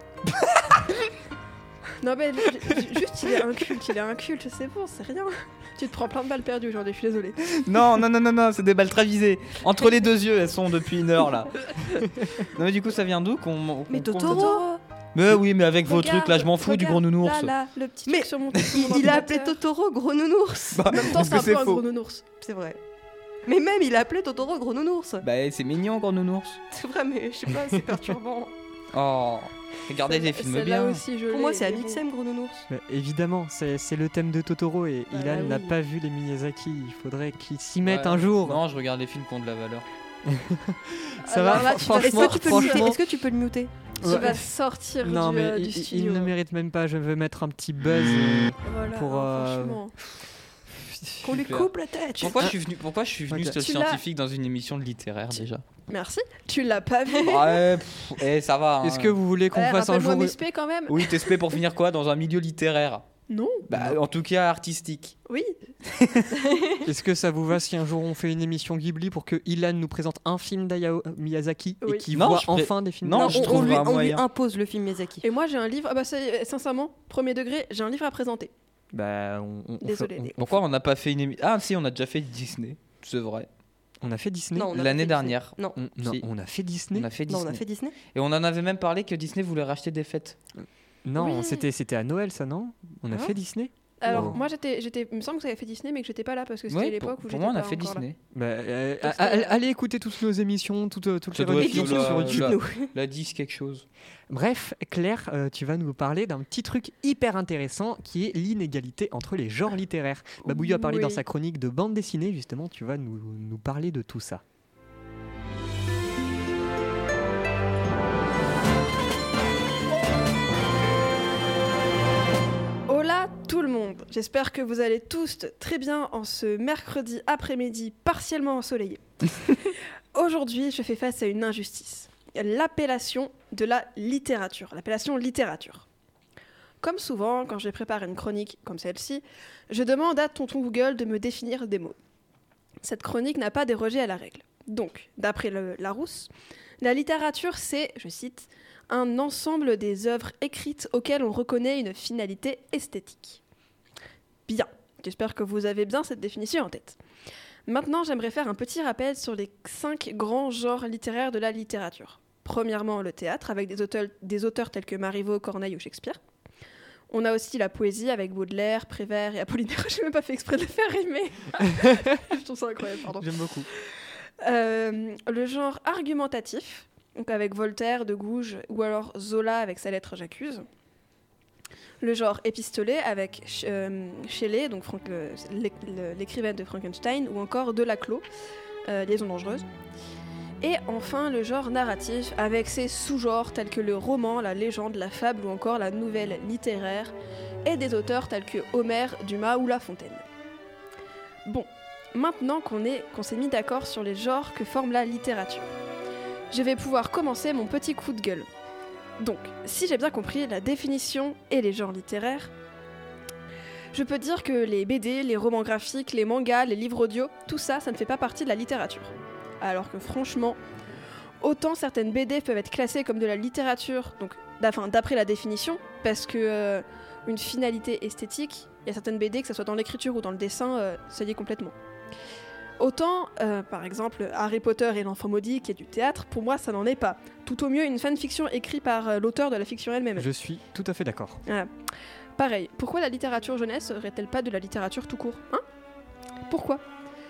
Non mais juste il est inculte, c'est bon, c'est rien. Tu te prends plein de balles perdues aujourd'hui, je suis désolée.
Non, c'est des balles très visées. Entre les deux yeux, elles sont depuis 1 heure là. Non mais du coup, ça vient d'où
Mais Totoro.
Mais oui, mais avec vos
Regarde,
trucs là, je m'en fous du gros nounours.
Là, le petit
Mais
truc sur mon
Il a appelé Totoro gros nounours.
Bah,
En même temps,
parce
c'est
que
un
c'est
peu un
faux.
gros nounours.
C'est vrai. Mais même il a appelé Totoro gros nounours.
Bah, c'est mignon, gros nounours.
C'est vrai, mais je sais pas, c'est perturbant.
Oh, regardez, les films
Celle-là
bien.
aussi, je
Pour
l'ai,
moi, c'est
mais bon.
Amixem gros nounours.
Mais évidemment, c'est le thème de Totoro et
Ah
Ilan
oui.
n'a pas vu les Miyazaki. Il faudrait qu'il s'y mette
Ouais.
un jour.
Non, je regarde les films qui ont de la valeur.
Ça
Alors
va,
là, tu vas-
Est-ce que tu peux le muter
franchement.
Est-ce que tu peux le muter
Tu
Ouais.
vas sortir
Non, mais
du
il
studio.
ne mérite même pas. Je veux mettre un petit buzz.
Voilà,
pour,
franchement.
Qu'on lui
Super.
coupe la tête.
Pourquoi je suis venu
Ok.
ce
Tu l'as-
scientifique dans une émission de littéraire déjà?
Merci. Tu l'as pas vu.
Ouais, ça va.
Est-ce que vous voulez qu'on fasse un
Rappelle-moi
jour
mes spé quand même.
Oui, t'espères pour finir quoi? Dans un milieu littéraire?
Non.
Bah, en tout cas artistique.
Oui.
Est-ce que ça vous va si un jour on fait une émission Ghibli pour que Ilan nous présente un film d'Hayao Miyazaki et
Oui.
qu'il
Non,
voit
je ferai-
enfin des films
Non,
Non,
je
on
trouverai un
lui
moyen.
impose le film Miyazaki.
Et moi j'ai un livre. Ah bah ça, sincèrement, premier degré, j'ai un livre à présenter.
Bah,
Désolée.
Pourquoi on n'a pas fait une émission? Ah si, on a déjà fait Disney, c'est vrai.
on a fait Disney.
Non, on a
L'année
fait Disney.
dernière.
Non.
Non,
Si.
on a fait Disney.
On a fait
Non,
Disney.
on a fait Disney.
Et on en avait même parlé que Disney voulait racheter des fêtes.
Non,
Oui.
c'était à Noël ça, non? On a
Hein
fait Disney.
Alors
Non.
moi j'étais, il me semble que ça avait fait Disney, mais que j'étais pas là parce que c'était
Oui,
l'époque
pour
où j'étais
moi on a
pas
fait
encore là.
Disney.
Bah,
Parce que-
allez écouter toutes nos émissions, toutes les
Ça doit être
rediffusions
sur
sur
la-
YouTube.
la-
Nous.
La 10 quelque chose.
Bref, Claire, tu vas nous parler d'un petit truc hyper intéressant qui est l'inégalité entre les genres littéraires. Babouillou a parlé
Oui.
dans sa chronique de bande dessinée, justement, tu vas nous parler de tout ça.
Hola tout le monde. J'espère que vous allez tous très bien en ce mercredi après-midi partiellement ensoleillé. Aujourd'hui, je fais face à une injustice. L'appellation de la littérature. L'appellation littérature. Comme souvent, quand je prépare une chronique comme celle-ci, je demande à tonton Google de me définir des mots. Cette chronique n'a pas dérogé à la règle. Donc, d'après Larousse, la littérature, c'est, je cite, un ensemble des œuvres écrites auxquelles on reconnaît une finalité esthétique. Bien, j'espère que vous avez bien cette définition en tête. Maintenant, j'aimerais faire un petit rappel sur les 5 grands genres littéraires de la littérature. Premièrement, le théâtre, avec des auteurs tels que Marivaux, Corneille ou Shakespeare. On a aussi la poésie, avec Baudelaire, Prévert et Apollinaire. Je n'ai même pas fait exprès de le faire rimer. Je trouve ça incroyable, pardon.
J'aime beaucoup.
Le genre argumentatif, donc avec Voltaire, de Gouges, ou alors Zola avec sa lettre J'accuse. Le genre épistolaire avec Shelley, donc l'écrivaine de Frankenstein, ou encore Delaclos, Liaison dangereuse. Et enfin le genre narratif avec ses sous-genres tels que le roman, la légende, la fable ou encore la nouvelle littéraire, et des auteurs tels que Homère, Dumas ou La Fontaine. Bon, maintenant qu'on s'est mis d'accord sur les genres que forme la littérature, je vais pouvoir commencer mon petit coup de gueule. Donc, si j'ai bien compris la définition et les genres littéraires, je peux dire que les BD, les romans graphiques, les mangas, les livres audio, tout ça, ça ne fait pas partie de la littérature. Alors que franchement, autant certaines BD peuvent être classées comme de la littérature, donc d'après la définition, parce que une finalité esthétique, il y a certaines BD, que ce soit dans l'écriture ou dans le dessin, ça y est complètement. Autant, par exemple, Harry Potter et l'enfant maudit, qui est du théâtre, pour moi, ça n'en est pas. Tout au mieux, une fanfiction écrite par l'auteur de la fiction elle-même.
Je suis tout à fait d'accord.
Pareil, pourquoi la littérature jeunesse serait-elle pas de la littérature tout court, hein ? Pourquoi ?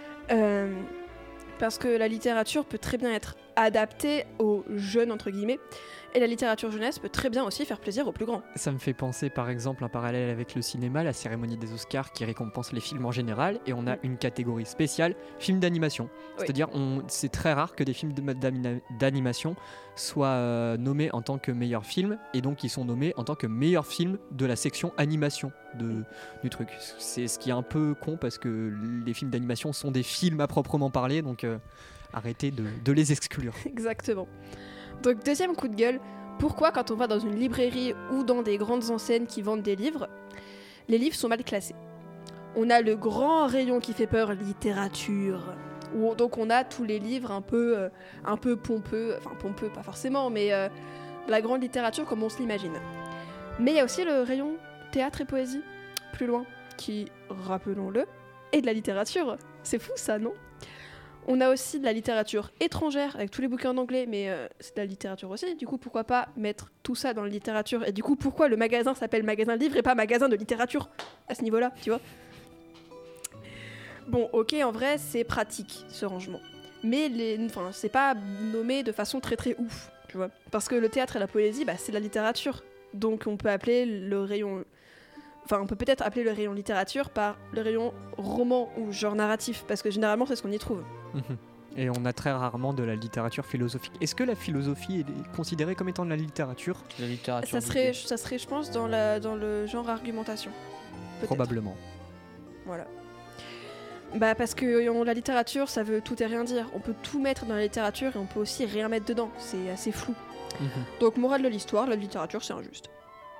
Parce que la littérature peut très bien être adaptée aux jeunes, entre guillemets, et la littérature jeunesse peut très bien aussi faire plaisir aux plus grands.
Ça me fait penser par exemple un parallèle avec le cinéma, la cérémonie des Oscars qui récompense les films en général, et on a une catégorie spéciale, films d'animation.
Oui.
C'est-à-dire c'est très rare que des films d'animation soient nommés en tant que meilleur film, et donc ils sont nommés en tant que meilleur film de la section animation du truc. C'est ce qui est un peu con parce que les films d'animation sont des films à proprement parler, donc arrêtez de les exclure.
Exactement. Donc deuxième coup de gueule, pourquoi quand on va dans une librairie ou dans des grandes enseignes qui vendent des livres, les livres sont mal classés ? On a le grand rayon qui fait peur, littérature, où donc on a tous les livres un peu pompeux, enfin pompeux pas forcément, mais la grande littérature comme on se l'imagine. Mais il y a aussi le rayon théâtre et poésie, plus loin, qui, rappelons-le, est de la littérature. C'est fou ça, non ? On a aussi de la littérature étrangère, avec tous les bouquins en anglais, mais c'est de la littérature aussi. Du coup, pourquoi pas mettre tout ça dans la littérature ? Et du coup, pourquoi le magasin s'appelle magasin de livres et pas magasin de littérature ? À ce niveau-là, tu vois ? Bon, ok, en vrai, c'est pratique, ce rangement. Mais c'est pas nommé de façon très très ouf, tu vois ? Parce que le théâtre et la poésie, c'est de la littérature. Donc on peut appeler le rayon... Enfin, on peut peut-être appeler le rayon littérature par le rayon roman ou genre narratif, parce que généralement, c'est ce qu'on y trouve.
Et on a très rarement de la littérature philosophique. Est-ce que la philosophie est considérée comme étant de la littérature ?
La littérature.
Ça serait, je pense, dans le genre argumentation. Peut-être.
Probablement.
Voilà. Parce que la littérature, ça veut tout et rien dire. On peut tout mettre dans la littérature et on peut aussi rien mettre dedans. C'est assez flou. Donc, morale de l'histoire, la littérature, c'est injuste.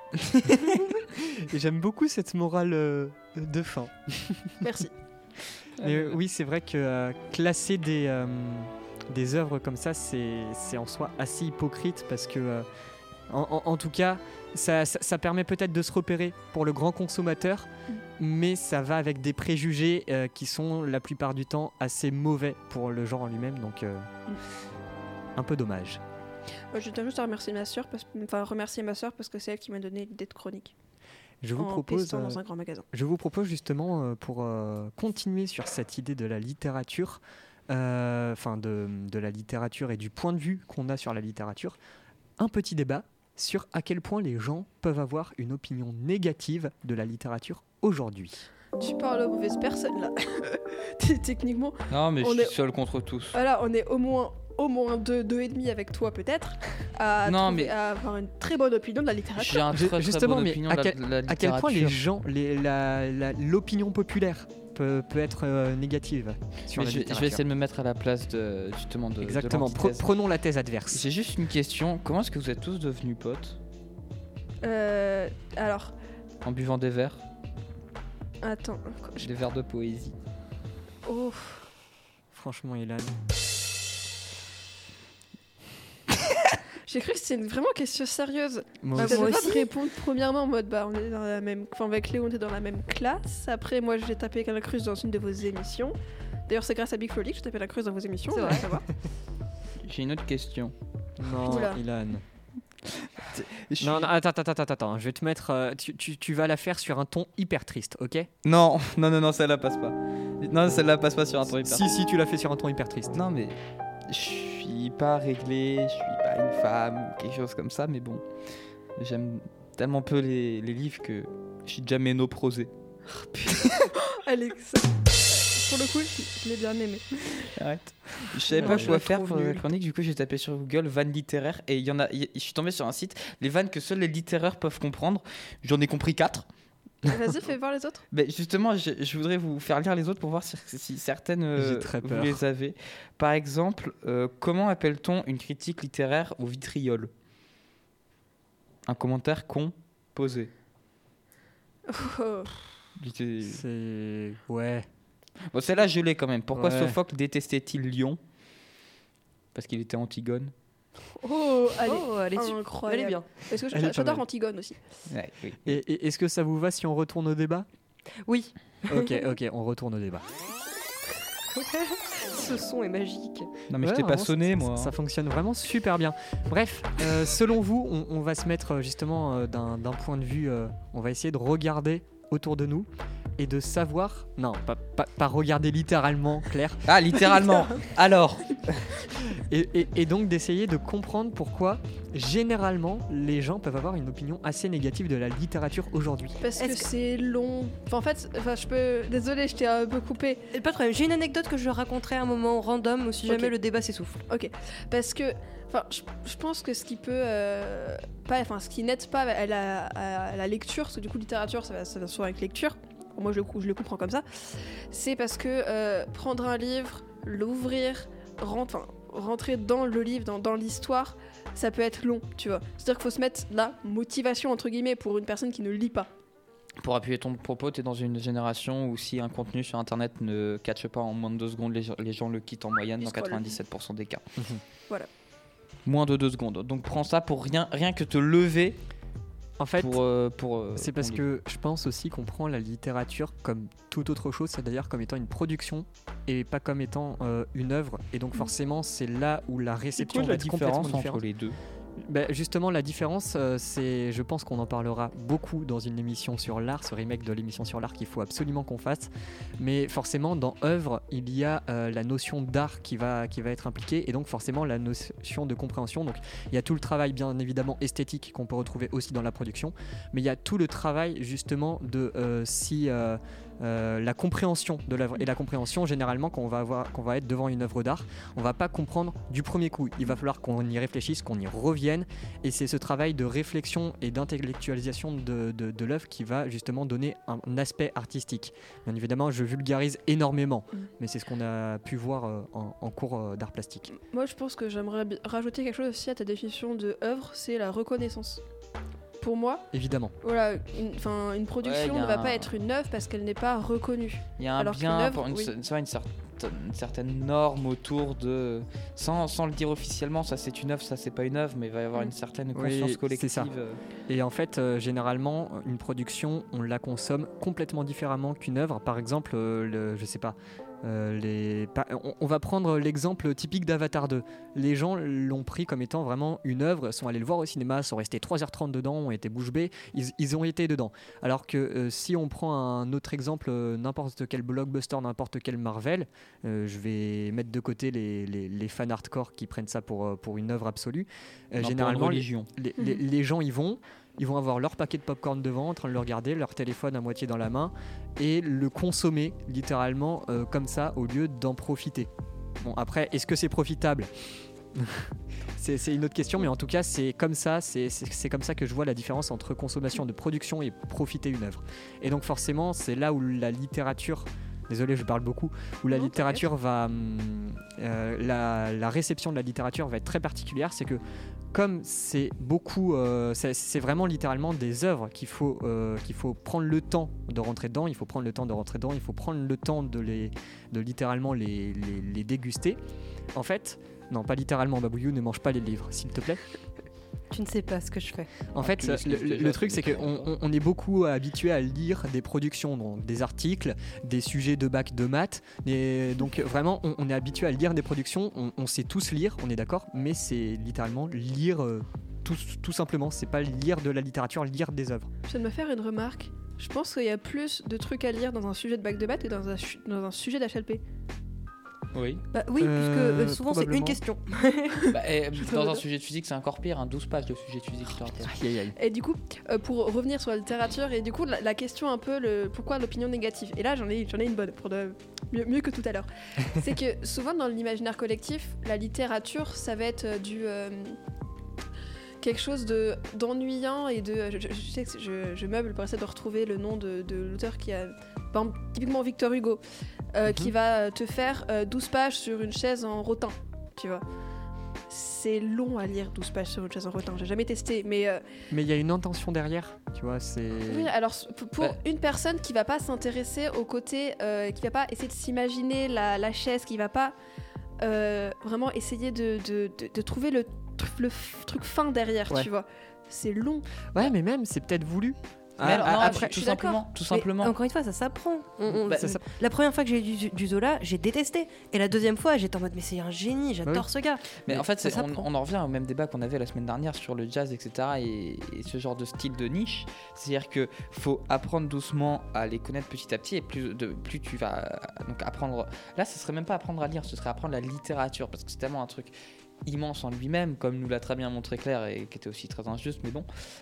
Et j'aime beaucoup cette morale de fin.
Merci.
Mais oui, c'est vrai que classer des œuvres comme ça, c'est en soi assez hypocrite parce que, en tout cas, ça permet peut-être de se repérer pour le grand consommateur, mais ça va avec des préjugés qui sont la plupart du temps assez mauvais pour le genre en lui-même, donc un peu dommage.
Je tiens juste à remercier ma sœur parce que c'est elle qui m'a donné l'idée de chronique.
Je vous propose
dans un grand magasin.
Je vous propose justement pour continuer sur cette idée de la littérature, de la littérature et du point de vue qu'on a sur la littérature, un petit débat sur à quel point les gens peuvent avoir une opinion négative de la littérature aujourd'hui.
Tu parles aux mauvaises personnes là. Techniquement.
Non, mais je suis seul contre tous.
Voilà, on est au moins au moins 2,5 avec toi peut-être, à avoir une très bonne opinion de la littérature.
J'ai un très
Justement,
bonne
mais
opinion
à
de la
À quel point les
littérature.
gens, l'opinion populaire peut être négative sur
Mais
la
je
littérature.
vais essayer de me mettre à la place justement de
Exactement.
de l'antithèse.
Prenons la thèse adverse.
J'ai juste une question. Comment est-ce que vous êtes tous devenus potes
Alors,
en buvant des verres,
attends.
des verres de poésie?
Oh.
Franchement, Ilan.
J'ai cru que c'était vraiment une question sérieuse.
Moi
Bah,
aussi.
ça
moi
peut pas
aussi.
te répondre premièrement en mode on est dans la même. Enfin, avec Léo, on était dans la même classe. Après, moi, j'ai tapé Canal Cruz dans une de vos émissions. D'ailleurs, c'est grâce à Big Flolic que j'ai tapé la Cruz dans vos émissions.
C'est
on va
vrai.
savoir.
J'ai une autre question.
Non,
Oula.
Ilan. Non, attends. Je vais te mettre. Tu vas la faire sur un ton hyper triste, ok?
Non, celle-là passe pas. Non, celle-là passe pas sur un ton hyper.
Si, tu l'as fait sur un ton hyper triste.
Non, mais je suis pas réglé, je suis pas une femme ou quelque chose comme ça, mais bon, j'aime tellement peu les livres que je suis déjà ménopausé.
Alex. Pour le coup, je l'ai bien aimé.
Arrête. Je savais
Non,
pas
je
quoi
la
faire
trouve
pour la
nulle.
chronique, du coup j'ai tapé sur Google vannes littéraires et je suis tombé sur un site, les vannes que seuls les littéraires peuvent comprendre. J'en ai compris 4.
Vas-y, fais voir les autres.
Mais justement, je voudrais vous faire lire les autres pour voir si certaines
J'ai très
vous
peur.
les avez. Par exemple, comment appelle-t-on une critique littéraire au vitriol? Un commentaire composé.
Oh.
C'est. Ouais.
Bon, celle-là, je l'ai quand même. Pourquoi
Ouais.
Sophocle détestait-il Lyon? Parce qu'il était Antigone.
Oh, allez.
Oh, elle est su-
Incroyable.
Elle est bien.
Parce que
Elle est pas
j'adore
mal.
Antigone aussi.
Ouais, oui.
Et est-ce que ça vous va si on retourne au débat?
Oui.
Ok, on retourne au débat.
Ce son est magique.
Non, mais
Ouais,
je t'ai pas
vraiment,
sonné, moi.
Ça fonctionne vraiment super bien. Bref, selon vous, on va se mettre justement d'un point de vue. On va essayer de regarder autour de nous et de savoir. Non, pas regarder littéralement, Claire.
Ah, littéralement. Alors,
Et donc d'essayer de comprendre pourquoi, généralement, les gens peuvent avoir une opinion assez négative de la littérature aujourd'hui.
Parce que
Est-ce que-
c'est long. Enfin, en fait, je peux. Désolée, je t'ai un peu coupé.
Pas de problème. J'ai une anecdote que je raconterai à un moment random ou si jamais
Ok.
le débat s'essouffle.
Parce que. Enfin, je pense que ce qui peut. Ce qui n'aide pas à la lecture, parce que du coup, littérature, ça va souvent avec lecture. Moi, je le comprends comme ça. C'est parce que prendre un livre, l'ouvrir, rentrer dans le livre, dans l'histoire, ça peut être long, tu vois. C'est-à-dire qu'il faut se mettre la motivation, entre guillemets, pour une personne qui ne lit pas.
pour appuyer ton propos, tu es dans une génération où si un contenu sur Internet ne catche pas en moins de 2 secondes, les gens le quittent en moyenne
Ils
dans
scrollent.
97% des cas.
Voilà.
Moins de 2 secondes. Donc prends ça pour rien que te lever
En fait,
pour
c'est parce
ton
que je pense aussi qu'on prend la littérature comme toute autre chose, c'est-à-dire comme étant une production et pas comme étant une œuvre. Et donc forcément, c'est là où la réception va être complètement différente.
entre les deux?
Justement, la différence, c'est, je pense qu'on en parlera beaucoup dans une émission sur l'art, ce remake de l'émission sur l'art qu'il faut absolument qu'on fasse. Mais forcément, dans œuvre, il y a la notion d'art qui va être impliquée et donc forcément la notion de compréhension. Donc il y a tout le travail bien évidemment esthétique qu'on peut retrouver aussi dans la production, mais il y a tout le travail justement de la compréhension de l'œuvre. Et la compréhension, généralement, quand on va être devant une œuvre d'art, on va pas comprendre du premier coup. Il va falloir qu'on y réfléchisse, qu'on y revienne. Et c'est ce travail de réflexion et d'intellectualisation de l'œuvre qui va justement donner un aspect artistique. Bien évidemment, je vulgarise énormément, mais c'est ce qu'on a pu voir en cours d'art plastique.
Moi, je pense que j'aimerais rajouter quelque chose aussi à ta définition de œuvre, c'est la reconnaissance. Pour moi,
Évidemment.
voilà, une production
Ouais, y a
ne va
un-
pas être une œuvre parce qu'elle n'est pas reconnue.
Il y a un
Alors
bien,
qu'une œuvre,
pour une,
oui.
c'est vrai, une certaine norme autour de... Sans le dire officiellement, ça c'est une œuvre, ça c'est pas une œuvre, mais il va y avoir une certaine
Oui,
conscience collective.
c'est ça. Et en fait, généralement, une production, on la consomme complètement différemment qu'une œuvre. Par exemple, je sais pas. On va prendre l'exemple typique d'Avatar 2. Les gens l'ont pris comme étant vraiment une œuvre, sont allés le voir au cinéma, sont restés 3h30 dedans, ont été bouche bée, ils ont été dedans. Alors que si on prend un autre exemple, n'importe quel blockbuster, n'importe quel Marvel, je vais mettre de côté les fans hardcore qui prennent ça pour une œuvre absolue. Généralement,
religion.
les gens y vont. Ils vont avoir leur paquet de popcorn devant, en train de le regarder, leur téléphone à moitié dans la main, et le consommer littéralement comme ça, au lieu d'en profiter. Bon, après, est-ce que c'est profitable ? C'est une autre question, mais en tout cas, c'est comme ça que je vois la différence entre consommation de production et profiter une œuvre. Et donc forcément, c'est là où la littérature, désolé, je parle beaucoup, où la littérature va, la réception de la littérature va être très particulière. C'est que comme c'est beaucoup, c'est vraiment littéralement des œuvres qu'il faut prendre le temps de rentrer dedans. Il faut prendre le temps de littéralement les déguster. En fait. Non, pas littéralement, Babouillou, ne mange pas les livres, s'il te plaît.
Tu ne sais pas ce que je fais.
En fait, le truc, c'est qu'on est beaucoup habitué à lire des productions, donc des articles, des sujets de bac de maths. Donc vraiment, on est habitué à lire des productions, on sait tous lire, on est d'accord, mais c'est littéralement lire tout simplement. C'est pas lire de la littérature, lire des œuvres.
Je viens de me faire une remarque. Je pense qu'il y a plus de trucs à lire dans un sujet de bac de maths que dans un sujet d'HLP.
Oui.
Bah oui, puisque souvent c'est une question.
Dans un sujet de physique, c'est encore pire, 12 pages de sujet de physique.
Et du coup, pour revenir sur la littérature, et du coup, la question un peu, pourquoi l'opinion négative ? Et là, j'en ai une bonne, mieux que tout à l'heure. C'est que souvent, dans l'imaginaire collectif, la littérature, ça va être quelque chose d'ennuyant et de... Je sais que je meuble pour essayer de retrouver le nom de l'auteur qui a... Par exemple, typiquement Victor Hugo, qui va te faire 12 pages sur une chaise en rotin, tu vois. C'est long à lire 12 pages sur une chaise en rotin, j'ai jamais testé, mais
il y a une intention derrière, tu vois, c'est...
Oui, alors pour une personne qui va pas s'intéresser au côté, qui va pas essayer de s'imaginer la chaise, qui va pas vraiment essayer de trouver le truc fin derrière, tu vois. C'est long.
Ouais, mais même, c'est peut-être voulu.
Après, tout simplement.
Mais encore une fois, ça s'apprend. La première fois que j'ai lu du Zola, j'ai détesté. Et la deuxième fois, j'étais en mode, mais c'est un génie, j'adore ce gars.
Mais en fait, on en revient au même débat qu'on avait la semaine dernière sur le jazz, etc. Et ce genre de style de niche. C'est-à-dire qu'il faut apprendre doucement à les connaître petit à petit. Et plus tu vas donc apprendre. Là, ce serait même pas apprendre à lire, ce serait apprendre la littérature. Parce que c'est tellement un truc immense en lui-même, comme nous l'a très bien montré Claire et qui était aussi très injuste, mais bon,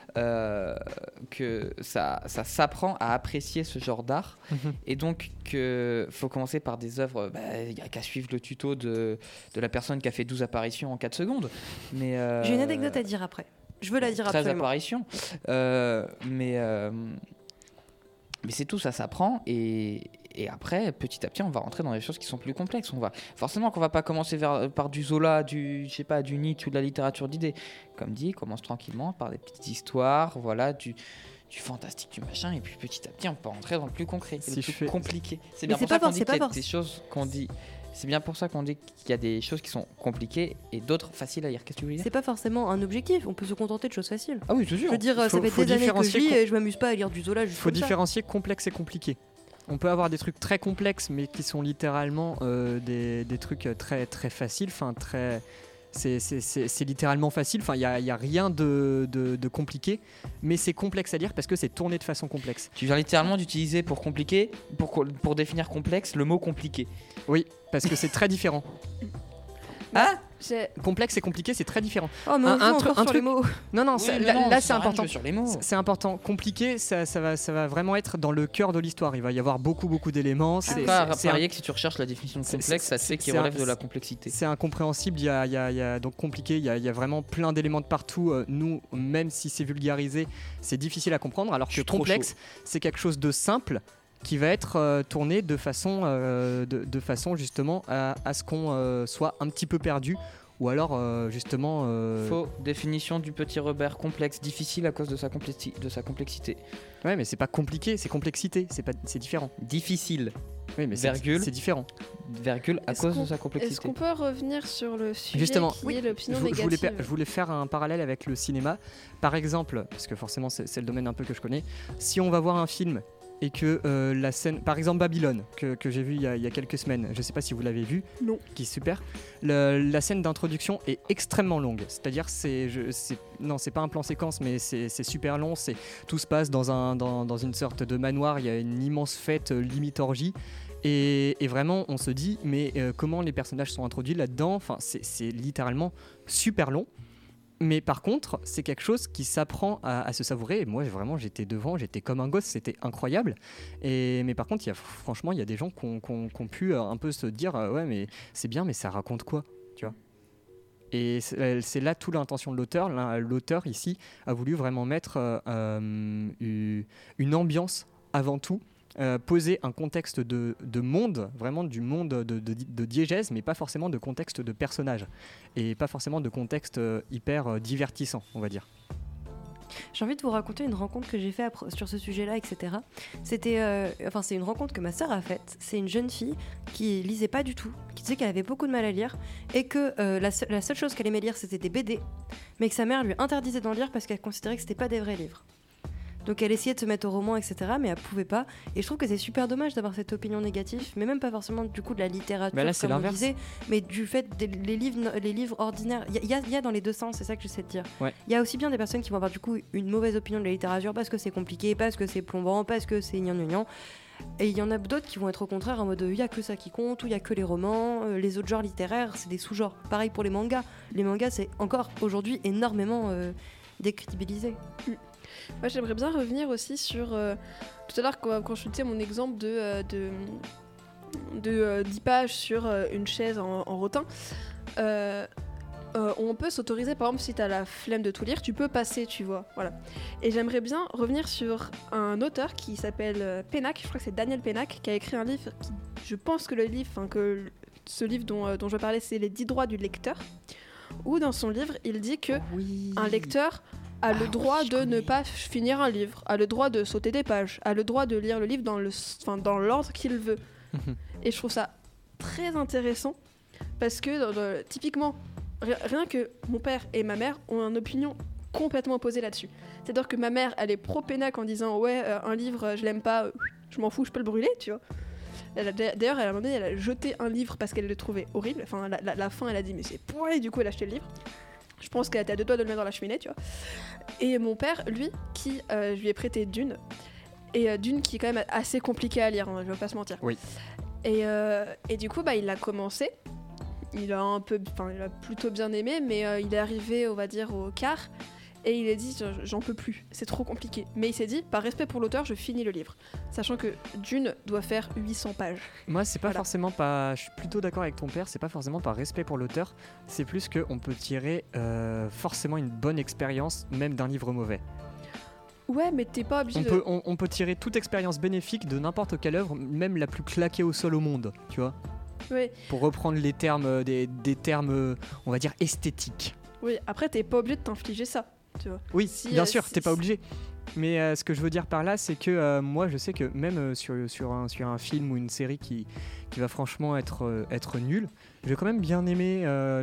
que ça s'apprend à apprécier ce genre d'art. Et donc qu'il faut commencer par des œuvres, il n'y a qu'à suivre le tuto de la personne qui a fait 12 apparitions en 4 secondes. Mais
j'ai une anecdote à dire après. Je veux la dire
13
absolument.
13 apparitions. Mais c'est tout, ça s'apprend et après, petit à petit, on va rentrer dans des choses qui sont plus complexes. Forcément qu'on va pas commencer par du Zola, du Nietzsche ou de la littérature d'idées. Comme dit, commence tranquillement par des petites histoires, voilà, du fantastique, du machin, et puis petit à petit, on peut rentrer dans le plus concret, le plus compliqué. C'est bien pour ça qu'on dit qu'il y a des choses qu'on dit. C'est bien pour ça qu'on dit qu'il y a des choses qui sont compliquées et d'autres faciles à lire. Qu'est-ce que tu veux dire ?
C'est pas forcément un objectif, on peut se contenter de choses faciles.
Ah oui, c'est sûr.
Je veux dire, ça fait des années que je lis et je m'amuse pas à lire du Zola. Il
faut différencier complexe et compliqué. On peut avoir des trucs très complexes, mais qui sont littéralement des trucs très, très faciles. Enfin, c'est littéralement facile. Enfin, il n'y a rien de compliqué, mais c'est complexe à lire parce que c'est tourné de façon complexe.
Tu viens littéralement d'utiliser pour définir complexe le mot compliqué.
Oui, parce que c'est très différent.
Ah,
complexe et compliqué, c'est très différent.
Oh, mais un truc sur les mots.
Non,
oui,
là c'est important.
Sur les mots.
C'est important. Compliqué, ça va vraiment être dans le cœur de l'histoire. Il va y avoir beaucoup d'éléments.
C'est pas parier que si tu recherches la définition de complexe, ça c'est qui relève de la complexité.
C'est incompréhensible. Il y a donc compliqué. Il y a vraiment plein d'éléments de partout. Nous, même si c'est vulgarisé, c'est difficile à comprendre. Alors que complexe, c'est quelque chose de simple qui va être tourné de façon justement à ce qu'on soit un petit peu perdu ou alors justement...
Faux définition du petit Robert, complexe, difficile à cause de sa complexité.
Ouais, mais c'est pas compliqué, c'est complexité, c'est différent.
Difficile.
Oui, mais c'est différent.
Virgule à cause de sa complexité.
Est-ce qu'on peut revenir sur le sujet
justement,
qui est l'opinion négative ?
Je voulais faire un parallèle avec le cinéma. Par exemple, parce que forcément c'est le domaine un peu que je connais, si on va voir un film et que la scène, par exemple Babylone, que j'ai vu il y a quelques semaines, je sais pas si vous l'avez vu,
non,
qui est super, la scène d'introduction est extrêmement longue, c'est-à-dire c'est pas un plan séquence, mais c'est super long, tout se passe dans une sorte de manoir, il y a une immense fête, limite orgie, et vraiment on se dit mais comment les personnages sont introduits là-dedans, enfin c'est littéralement super long. Mais par contre, c'est quelque chose qui s'apprend à se savourer. Et moi, vraiment, j'étais devant, j'étais comme un gosse, c'était incroyable. Mais par contre, franchement, il y a des gens qui ont pu un peu se dire ouais, mais c'est bien, mais ça raconte quoi, tu vois. Et c'est là toute l'intention de l'auteur. L'auteur, ici, a voulu vraiment mettre une ambiance avant tout. Poser un contexte de monde, vraiment du monde de diégèse, mais pas forcément de contexte de personnage, et pas forcément de contexte hyper divertissant, on va dire.
J'ai envie de vous raconter une rencontre que j'ai faite sur ce sujet-là, etc. C'est une rencontre que ma sœur a faite. C'est une jeune fille qui lisait pas du tout, qui disait qu'elle avait beaucoup de mal à lire, et que la seule chose qu'elle aimait lire, c'était des BD, mais que sa mère lui interdisait d'en lire parce qu'elle considérait que c'était pas des vrais livres. Donc elle essayait de se mettre au roman, etc., mais elle pouvait pas. Et je trouve que c'est super dommage d'avoir cette opinion négative, mais même pas forcément du coup de la littérature,
là, c'est
comme on
l'inverse.
disait, mais du fait des les livres ordinaires. Il y a dans les deux sens, c'est ça que j'essaie de dire.
Ouais.
Il y a aussi bien des personnes qui vont avoir du coup une mauvaise opinion de la littérature parce que c'est compliqué, parce que c'est plombant, parce que c'est gnangnan. Et il y en a d'autres qui vont être au contraire en mode il y a que ça qui compte, ou il y a que les romans, les autres genres littéraires, c'est des sous-genres. Pareil pour les mangas. Les mangas, c'est encore aujourd'hui énormément décrédibilisé.
Moi, j'aimerais bien revenir aussi sur tout à l'heure quand je citais mon exemple de 10 pages sur une chaise en rotin. On peut s'autoriser, par exemple, si t'as la flemme de tout lire, tu peux passer, tu vois. Voilà. Et j'aimerais bien revenir sur un auteur qui s'appelle Pénac, je crois que c'est Daniel Pénac, qui a écrit un livre qui, je pense que ce livre dont je parlais, c'est Les 10 droits du lecteur, où dans son livre, il dit que un lecteur a le droit de ne pas finir un livre, a le droit de sauter des pages, a le droit de lire le livre dans l'ordre qu'il veut. Et je trouve ça très intéressant parce que typiquement, rien que mon père et ma mère ont une opinion complètement opposée là-dessus. C'est-à-dire que ma mère, elle est pro-Pénac en disant ouais, un livre, je l'aime pas, je m'en fous, je peux le brûler, tu vois. D'ailleurs, à un moment donné, elle a jeté un livre parce qu'elle le trouvait horrible. Enfin, la fin, elle a dit mais c'est pourri, et du coup, elle a acheté le livre. Je pense qu'elle était à deux doigts de le mettre dans la cheminée, tu vois. Et mon père, lui, je lui ai prêté Dune. Et Dune qui est quand même assez compliqué à lire, hein, je vais pas se mentir.
Oui.
Et du coup, il a commencé. Il a plutôt bien aimé, mais il est arrivé, on va dire, au quart. Et il a dit, j'en peux plus, c'est trop compliqué. Mais il s'est dit, par respect pour l'auteur, je finis le livre. Sachant que Dune doit faire 800 pages.
Moi, c'est pas forcément pas... Je suis plutôt d'accord avec ton père, c'est pas forcément par respect pour l'auteur, c'est plus qu'on peut tirer forcément une bonne expérience, même d'un livre mauvais.
Ouais, mais t'es pas obligé
on peut tirer toute expérience bénéfique de n'importe quelle œuvre, même la plus claquée au sol au monde, tu vois.
Oui.
Pour reprendre les termes, des termes, on va dire, esthétiques.
Oui, après, t'es pas obligé de t'infliger ça. Tu vois.
Oui, bien sûr, t'es pas obligé. Mais ce que je veux dire par là, c'est que moi, je sais que même sur un film ou une série qui va franchement être nul, je vais quand même bien aimer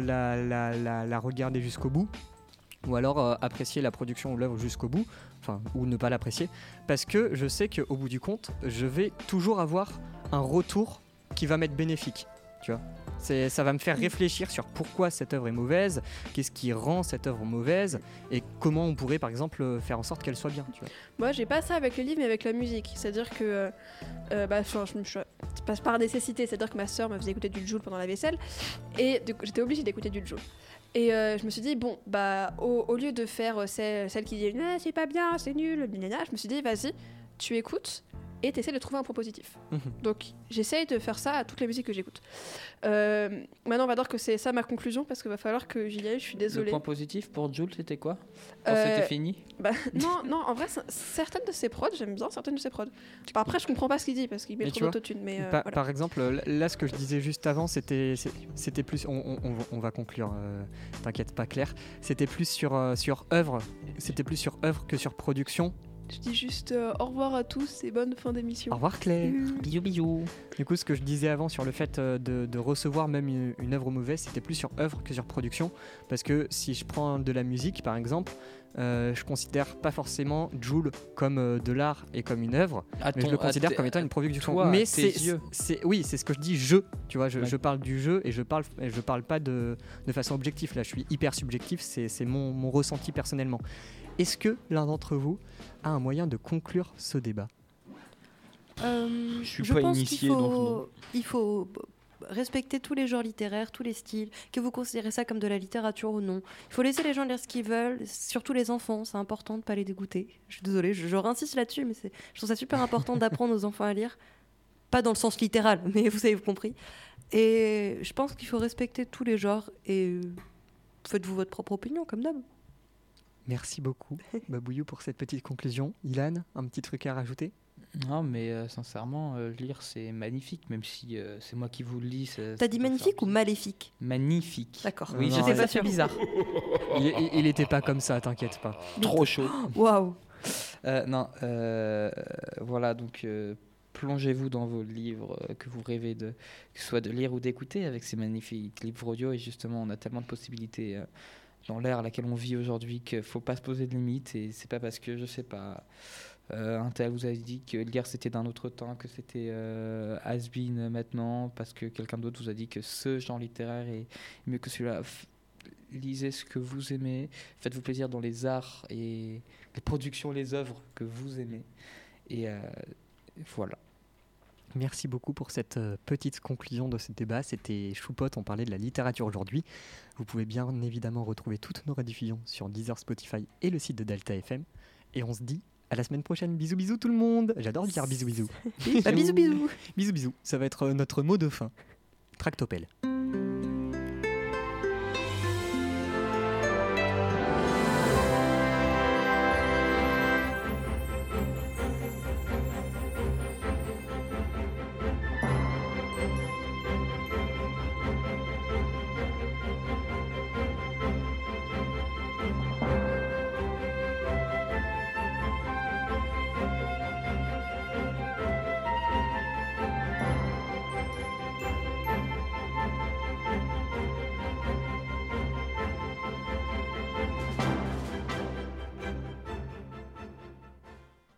la regarder jusqu'au bout, ou alors apprécier la production ou l'œuvre jusqu'au bout, ou ne pas l'apprécier, parce que je sais qu'au bout du compte, je vais toujours avoir un retour qui va m'être bénéfique, tu vois. Ça va me faire réfléchir sur pourquoi cette œuvre est mauvaise, qu'est-ce qui rend cette œuvre mauvaise, et comment on pourrait par exemple faire en sorte qu'elle soit bien, tu vois.
Moi j'ai pas ça avec les livres mais avec la musique, c'est-à-dire que je passe par nécessité, c'est-à-dire que ma soeur me faisait écouter du Jul pendant la vaisselle et j'étais obligée d'écouter du Jul. Et je me suis dit bon au lieu de faire celle qui dit c'est pas bien, c'est nul, je me suis dit vas-y, tu écoutes et t'essaies de trouver un point positif. Donc j'essaye de faire ça à toutes les musiques que j'écoute. Maintenant on va dire que c'est ça ma conclusion parce qu'il va falloir que j'y aille, je suis désolée.
Le point positif pour Jul c'était quoi quand c'était fini?
Non, en vrai certaines de ses prods j'aime bien, certaines de ses prods. Après je comprends pas ce qu'il dit parce qu'il met trop d'autotune. Voilà.
Par exemple là ce que je disais juste avant c'était plus, on va conclure, t'inquiète pas Claire, c'était plus sur œuvre, c'était plus sur œuvre que sur production.
Je dis juste au revoir à tous et bonne fin d'émission.
Au revoir Claire.
Bisous bisous.
Du coup, ce que je disais avant sur le fait de recevoir même une œuvre mauvaise, c'était plus sur œuvre que sur production. Parce que si je prends de la musique par exemple, je considère pas forcément Jul comme de l'art et comme une œuvre, mais je le considère comme étant une production. Mais c'est ce que je dis, tu vois, je parle du jeu et je parle pas de façon objective. Là, je suis hyper subjectif, c'est mon ressenti personnellement. Est-ce que l'un d'entre vous a un moyen de conclure ce débat ?
Je suis pas initié, donc non.
Il faut respecter tous les genres littéraires, tous les styles, que vous considérez ça comme de la littérature ou non. Il faut laisser les gens lire ce qu'ils veulent, surtout les enfants, c'est important de ne pas les dégoûter. Je suis désolée, je réinsiste là-dessus, mais je trouve ça super important d'apprendre aux enfants à lire. Pas dans le sens littéral, mais vous avez compris. Et je pense qu'il faut respecter tous les genres et faites-vous votre propre opinion, comme d'hab.
Merci beaucoup, Babouillou, pour cette petite conclusion. Ilan, un petit truc à rajouter ?
Non, mais sincèrement, lire c'est magnifique, même si c'est moi qui vous le lis.
T'as dit magnifique ou maléfique ?
Magnifique.
D'accord.
Oui,
Non,
j'étais pas
c'est
sûr. Bizarre.
Il était pas comme ça, t'inquiète pas.
Trop chaud.
Waouh.
Non, voilà, donc plongez-vous dans vos livres que vous rêvez que ce soit de lire ou d'écouter avec ces magnifiques livres audio. Et justement, on a tellement de possibilités dans l'ère à laquelle on vit aujourd'hui qu'il ne faut pas se poser de limites. Et c'est pas parce que, je sais pas, un tel vous a dit que lire c'était d'un autre temps, que c'était has-been maintenant, parce que quelqu'un d'autre vous a dit que ce genre littéraire est mieux que celui-là. Lisez ce que vous aimez, faites-vous plaisir dans les arts et les productions, les œuvres que vous aimez. Et voilà.
Merci beaucoup pour cette petite conclusion de ce débat. C'était Choupote, on parlait de la littérature aujourd'hui. Vous pouvez bien évidemment retrouver toutes nos rediffusions sur Deezer, Spotify et le site de Delta FM. Et on se dit à la semaine prochaine. Bisous bisous tout le monde. J'adore dire bisous bisous.
Bisous bisous.
Bisous bisous. Ça va être notre mot de fin. Tractopelle.